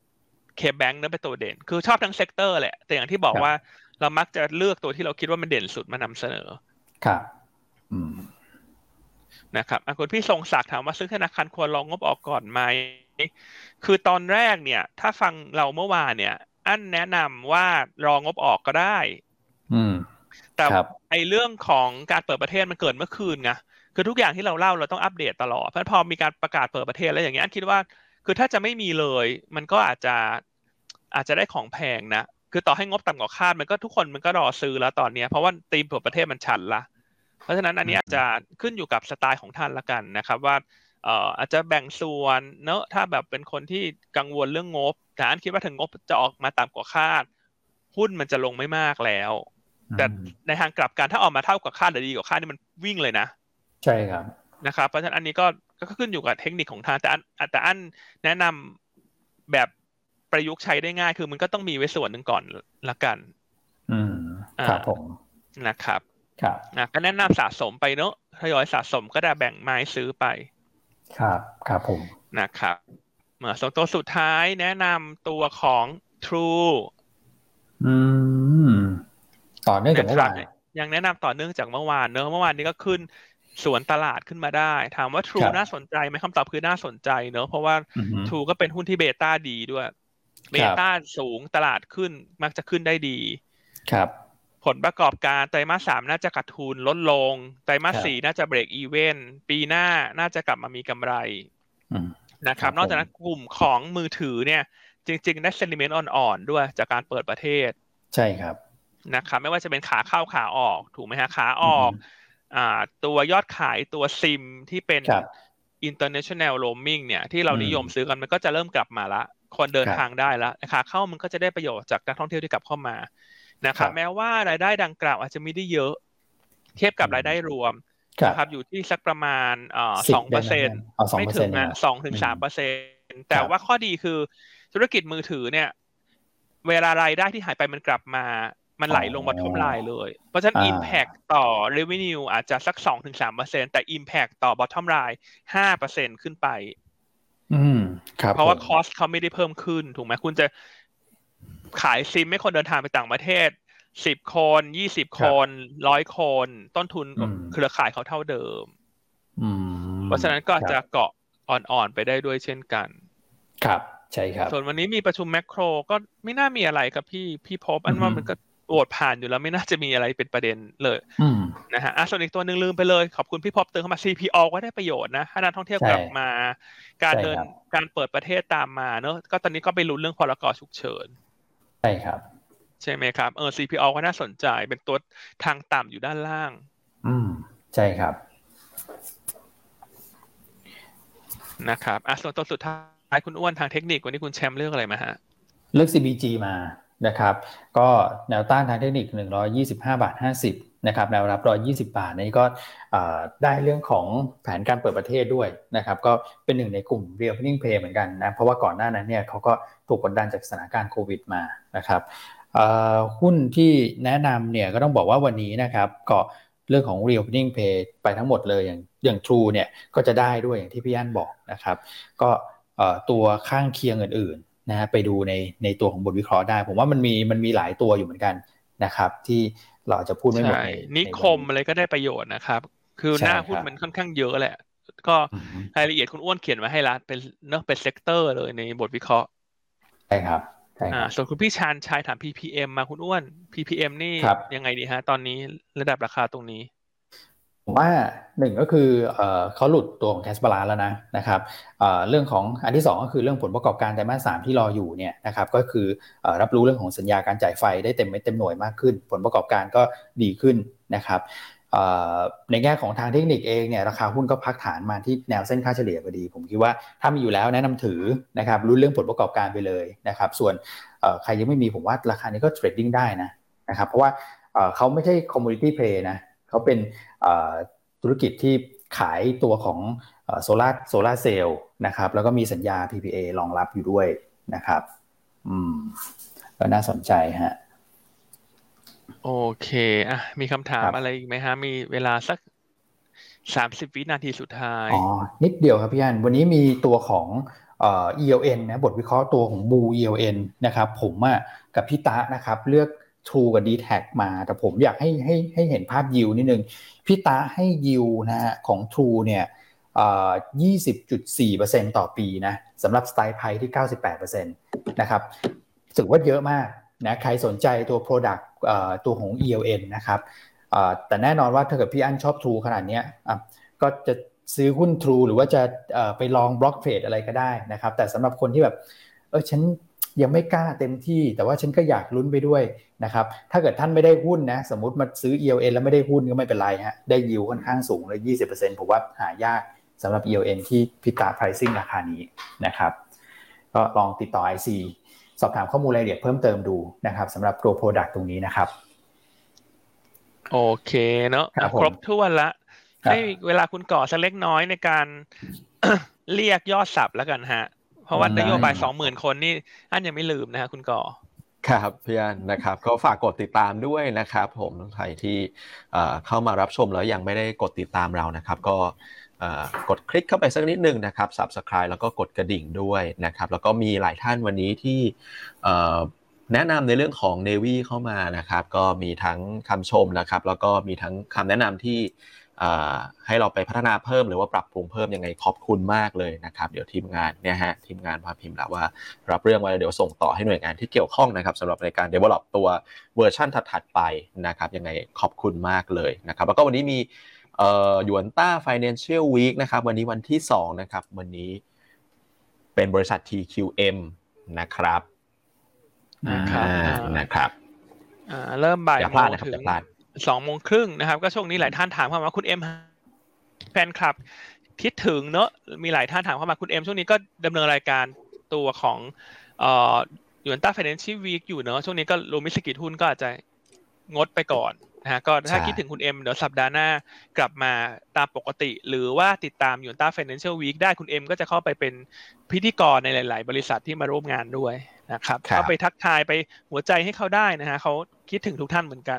K-Bank นั้นเป็นตัวเด่นคือชอบทั้งเซกเตอร์แหละแต่อย่างที่บอกว่าเรามักจะเลือกตัวที่เราคิดว่ามันเด่นสุดมานำเสนอครับอืมนะครับคุณพี่ทรงศักดิ์ถามว่าซื้อธนาคารควรรองบออกก่อนไหมคือตอนแรกเนี่ยถ้าฟังเราเมื่อวานเนี่ยอันแนะนำว่ารองบออกก็ได้อืมแต่ไอเรื่องของการเปิดประเทศมันเกิดเมื่อคืนไงคือทุกอย่างที่เราเล่าเราต้องอัปเดตตลอดเพราะพอมีการประกาศเปิดประเทศแล้วอย่างเงี้ยอันคิดว่าคือถ้าจะไม่มีเลยมันก็อาจจะอาจจะได้ของแพงนะคือต่อให้งบต่ำกว่าคาดมันก็ทุกคนมันก็รอซื้อแล้วตอนนี้เพราะว่าธีมเปิดประเทศมันชันละเพราะฉะนั้นอันนี้อาจจะขึ้นอยู่กับสไตล์ของท่านละกันนะครับว่าเอ่ออาจจะแบ่งส่วนเนอะถ้าแบบเป็นคนที่กังวลเรื่องงบแต่อันคิดว่าถึงงบจะออกมาต่ำกว่าคาดหุ้นมันจะลงไม่มากแล้วแต่ในทางกลับกันถ้าออกมาเท่ากับคาดหรือดีกว่าคาดนี่มันวิ่งเลยนะใช่ครับนะครับเพราะฉะนั้นอันนี้ก็ก็ขึ้นอยู่กับเทคนิคของทางแต่อันแต่อันแนะนำแบบประยุกต์ใช้ได้ง่ายคือมันก็ต้องมีไว้ส่วนหนึ่งก่อนละกันอืมครับผมนะครับครับนะก็แนะนำสะสมไปเนอะทยอยสะสมก็ได้แบ่งไม้ซื้อไปครับครับผมนะครับเมื่อส่วนตัวสุดท้ายแนะนำตัวของ True อืมต่อเนื่องจากเมื่อวานยังแนะนำต่อเนื่องจากเมื่อวานเนอะเมื่อวานนี้ก็ขึ้นสวนตลาดขึ้นมาได้ถามว่า True น่าสนใจไหมคำตอบคือน่าสนใจเนอะเพราะว่า True ก็เป็นหุ้นที่เบต้าดีด้วยเบต้าสูงตลาดขึ้นมักจะขึ้นได้ดีครับผลประกอบการไตรมาสสามน่าจะขาดทุนลดลงไตรมาสสี่น่าจะเบรกอีเวนต์ปีหน้าน่าจะกลับมามีกำไรนะครับนอกจากนั้นกลุ่มของมือถือเนี่ยจริงๆได้เซนติเมนต์อ่อนๆด้วยจากการเปิดประเทศใช่ครับนะครับไม่ว่าจะเป็นขาเข้าขาออกถูกไหมฮะขาออกอ่าตัวยอดขายตัวซิมที่เป็น international roaming เนี่ยที่เรานิยมซื้อกันมันก็จะเริ่มกลับมาละคนเดินทางได้แล้วขาเข้ามันก็จะได้ประโยชน์จากนักท่องเที่ยวที่กลับเข้ามานะครับแม้ว่ารายได้ดังกล่าวอาจจะไม่ได้เยอะเทียบกับรายได้รวมนะครับอยู่ที่สักประมาณเอ่อ สองเปอร์เซ็นต์ ไม่ถึงนะ สองถึงสามเปอร์เซ็นต์ แต่ว่าข้อดีคือธุรกิจมือถือเนี่ยเวลารายได้ที่หายไปมันกลับมามันไหลลง bottom line เลยเพราะฉะนั้น impact ต่อ revenue อาจจะสัก สองถึงสามเปอร์เซ็นต์ แต่ impact ต่อ bottom line ห้าเปอร์เซ็นต์ ขึ้นไปอืมครับเพราะว่า cost เขาไม่ได้เพิ่มขึ้นถูกไหมคุณจะขายซิมให้คนเดินทางไปต่างประเทศสิบคนยี่สิบคนหนึ่งร้อยคนต้นทุนเครือข่ายเขาเท่าเดิมเพราะฉะนั้นก็จะเกาะอ่อนๆไปได้ด้วยเช่นกันครับใช่ครับส่วนวันนี้มีประชุมแมคโครก็ไม่น่ามีอะไรครับพี่พี่พบอันว่ามันก็โหวตผ่านอยู่แล้วไม่น่าจะมีอะไรเป็นประเด็นเลยนะฮะอ่ะส่วนอีกตัวนึงลืมไปเลยขอบคุณพี่พบเติมเข้ามา ซี พี โอ ก็ได้ประโยชน์นะถ้านักท่องเที่ยวกลับมาการเดินการเปิดประเทศตามมาเนอะก็ตอนนี้ก็ไปลุ้นเรื่องพรก.ฉุกเฉินใช่ครับใช่ไหมครับเออ ซี พี โอ ก็น่าสนใจเป็นตัวทางต่ำอยู่ด้านล่างอืมใช่ครับนะครับอ่ะส่วนตัวสุดท้ายคุณอ้วนทางเทคนิควันนี้คุณแชมป์เลือกอะไรมาฮะเลือก ซี บี จี มานะครับก็แนวต้านทางเทคนิคหนึ่งร้อยยี่สิบห้าบาทห้าสิบนะครับแนวรับหนึ่งร้อยยี่สิบบาทนี่ก็ได้เรื่องของแผนการเปิดประเทศด้วยนะครับก็เป็นหนึ่งในกลุ่ม Reopening Play เหมือนกันนะเพราะว่าก่อนหน้านั้นเนี่ยเขาก็ถูกกดดันจากสถานการณ์โควิดมานะครับหุ้นที่แนะนำเนี่ยก็ต้องบอกว่าวันนี้นะครับก็เรื่องของ Reopening Play ไปทั้งหมดเลยอย่างอย่าง True เนี่ยก็จะได้ด้วยอย่างที่พี่อั้นบอกนะครับก็ตัวข้างเคียงอื่นๆนะฮะไปดูในในตัวของบทวิเคราะห์ได้ผมว่ามันมีมันมีหลายตัวอยู่เหมือนกันนะครับที่เราจะพูดไม่หมดในนิคมอะไรก็ได้ประโยชน์นะครับคือหน้าหุ้นมันค่อนข้างเยอะแหละก็รายละเอียดคุณอ้วนเขียนมาให้ละเป็นเนอะเป็นเซกเตอร์เลยในบทวิเคราะห์ใช่ครับอ่าส่วนคุณพี่ชาญชายถาม พี พี เอ็ม มาคุณอ้วน พี พี เอ็ม นี่ยังไงดีฮะตอนนี้ระดับราคาตรงนี้ผมว่าหนึ่งก็คือเอ่อเขาหลุดตัวของ cash balance แล้วนะนะครับเอ่อเรื่องของอันที่สองก็คือเรื่องผลประกอบการไตรมาสสามที่รออยู่เนี่ยนะครับก็คือเอ่อรับรู้เรื่องของสัญญาการจ่ายไฟได้เต็มเม็ดเต็มหน่วยมากขึ้นผลประกอบการก็ดีขึ้นนะครับในแง่ของทางเทคนิคเองเนี่ยราคาหุ้นก็พักฐานมาที่แนวเส้นค่าเฉลี่ยพอดีผมคิดว่าถ้ามีอยู่แล้วแนะนำถือนะครับรู้เรื่องผลประกอบการไปเลยนะครับส่วนใครยังไม่มีผมว่าราคานี้ก็เทรดดิ้งได้นะนะครับเพราะว่าเขาไม่ใช่ commodity play นะเขาเป็นธุรกิจที่ขายตัวของโซล่าโซล่าเซลล์นะครับแล้วก็มีสัญญา พี พี เอ รองรับอยู่ด้วยนะครับอืมก็น่าสนใจฮะโอเคอ่ะมีคำถามอะไรอีกไหมฮะมีเวลาสักสามสิบวินาทีสุดท้ายอ๋อนิดเดียวครับพี่อันวันนี้มีตัวของเอ่อ อี แอล เอ็น นะบทวิเคราะห์ตัวของ Blue อี แอล เอ็น นะครับผมอ่ะกับพี่ตะนะครับเลือก True กับ ดี แท็ก มาแต่ผมอยากให้ให้ให้เห็นภาพยิวนิดนึงพี่ตะให้ยิวนะฮะของ True เนี่ยเอ่อ ยี่สิบจุดสี่เปอร์เซ็นต์ ต่อปีนะสำหรับสไตล์ไพที่ เก้าสิบแปดเปอร์เซ็นต์ นะครับถือว่าเยอะมากนะใครสนใจตัว Product เอ่อตัวของ อี แอล เอ็น นะครับเอ่อแต่แน่นอนว่าถ้าเกิดพี่อันชอบ True ขนาดนี้อ่ะก็จะซื้อหุ้น True หรือว่าจะเอ่อไปลองบล็อกเทรดอะไรก็ได้นะครับแต่สำหรับคนที่แบบเออฉันยังไม่กล้าเต็มที่แต่ว่าฉันก็อยากลุ้นไปด้วยนะครับถ้าเกิดท่านไม่ได้หุ้นนะสมมุติมาซื้อ อี แอล เอ็น แล้วไม่ได้หุ้นก็ไม่เป็นไรฮะได้ยิวค่อนข้างสูงเลย ยี่สิบเปอร์เซ็นต์ ผมว่าหายากสำหรับ อี แอล เอ็น ที่พิตา pricing ราคานี้นะครับก็ลองติดต่อ ไอ ซี สอบถามข้อมูลรายละเอียดเพิ่มเติมดูนะครับสำหรับตัว product ตรงนี้นะครับโอเคเนาะครบถ้วนละให้เวลาคุณก่อสักเล็กน้อยในการ เรียกยอดสับแล้วกันฮะเพราะว่านโยบาย สองหมื่น คนนี่อันยังไม่ลืมนะฮะคุณก่อครับพี่อันนะครับก็ฝากกดติดตามด้วยนะครับผมใครที่เข้ามารับชมแล้วยังไม่ได้กดติดตามเรานะครับก็กดคลิกเข้าไปสักนิดนึงนะครับ Subscribe แล้วก็กดกระดิ่งด้วยนะครับแล้วก็มีหลายท่านวันนี้ที่แนะนำในเรื่องของ Navy เข้ามานะครับก็มีทั้งคำชมนะครับแล้วก็มีทั้งคำแนะนำที่ให้เราไปพัฒนาเพิ่มหรือว่าปรับปรุงเพิ่มยังไงขอบคุณมากเลยนะครับเดี๋ยวทีมงานเนี่ยฮะทีมงานพาพิมพ์แล้วว่ารับเรื่องไว้เดี๋ยวส่งต่อให้หน่วยงานที่เกี่ยวข้องนะครับสำหรับในการ develop ตัวเวอร์ชันถัดๆไปนะครับยังไงขอบคุณมากเลยนะครับแล้วก็วันนี้มีเอ่อ Yuanta Financial Week นะครับวันนี้วันที่สองนะครับวันนี้เป็นบริษัท ที คิว เอ็ม นะครับนะครับนะครับอ่าเริ่มบ่ายโมงถึงสองโมงครึ่งนะครับก็ช่วงนี้หลายท่านถามเข้ามาคุณเอ็มแฟนคลับคิดถึงเนอะมีหลายท่านถามเข้ามาคุณเอ็มช่วงนี้ก็ดำเนินรายการตัวของเอ่อ Yuanta Financial Week อยู่เนอะช่วงนี้ก็รวมมิสกิจหุ้นก็อาจจะงดไปก่อนนะฮะก็ถ้าคิดถึงคุณเอ็มเดี๋ยวสัปดาห์หน้ากลับมาตามปกติหรือว่าติดตาม Yuanta Financial Week ได้คุณเอ็มก็จะเข้าไปเป็นพิธีกรในหลายๆบริษัทที่มาร่วมงานด้วยนะครับก็ไปทักทายไปหัวใจให้เขาได้นะฮะเขาคิดถึงทุกท่านเหมือนกัน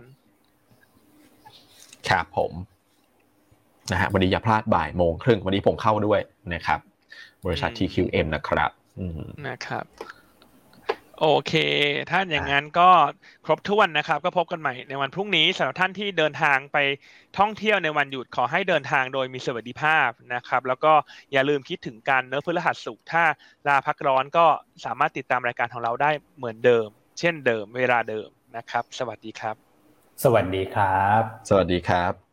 ครับผมนะฮะวันนี้อย่าพลาดบ่ายโมงครึ่งวันนี้ผมเข้าด้วยนะครับบริษัท ที คิว เอ็ม นะครับนะครับโอเคถ้าอย่างนั้นก็ครบถ้วนนะครับก็พบกันใหม่ในวันพรุ่งนี้สำหรับท่านที่เดินทางไปท่องเที่ยวในวันหยุดขอให้เดินทางโดยมีสวัสดิภาพนะครับแล้วก็อย่าลืมคิดถึงการเนื้อพฤหัสศุกร์ถ้าลาพักร้อนก็สามารถติดตามรายการของเราได้เหมือนเดิมเช่นเดิมเวลาเดิมนะครับสวัสดีครับสวัสดีครับสวัสดีครับ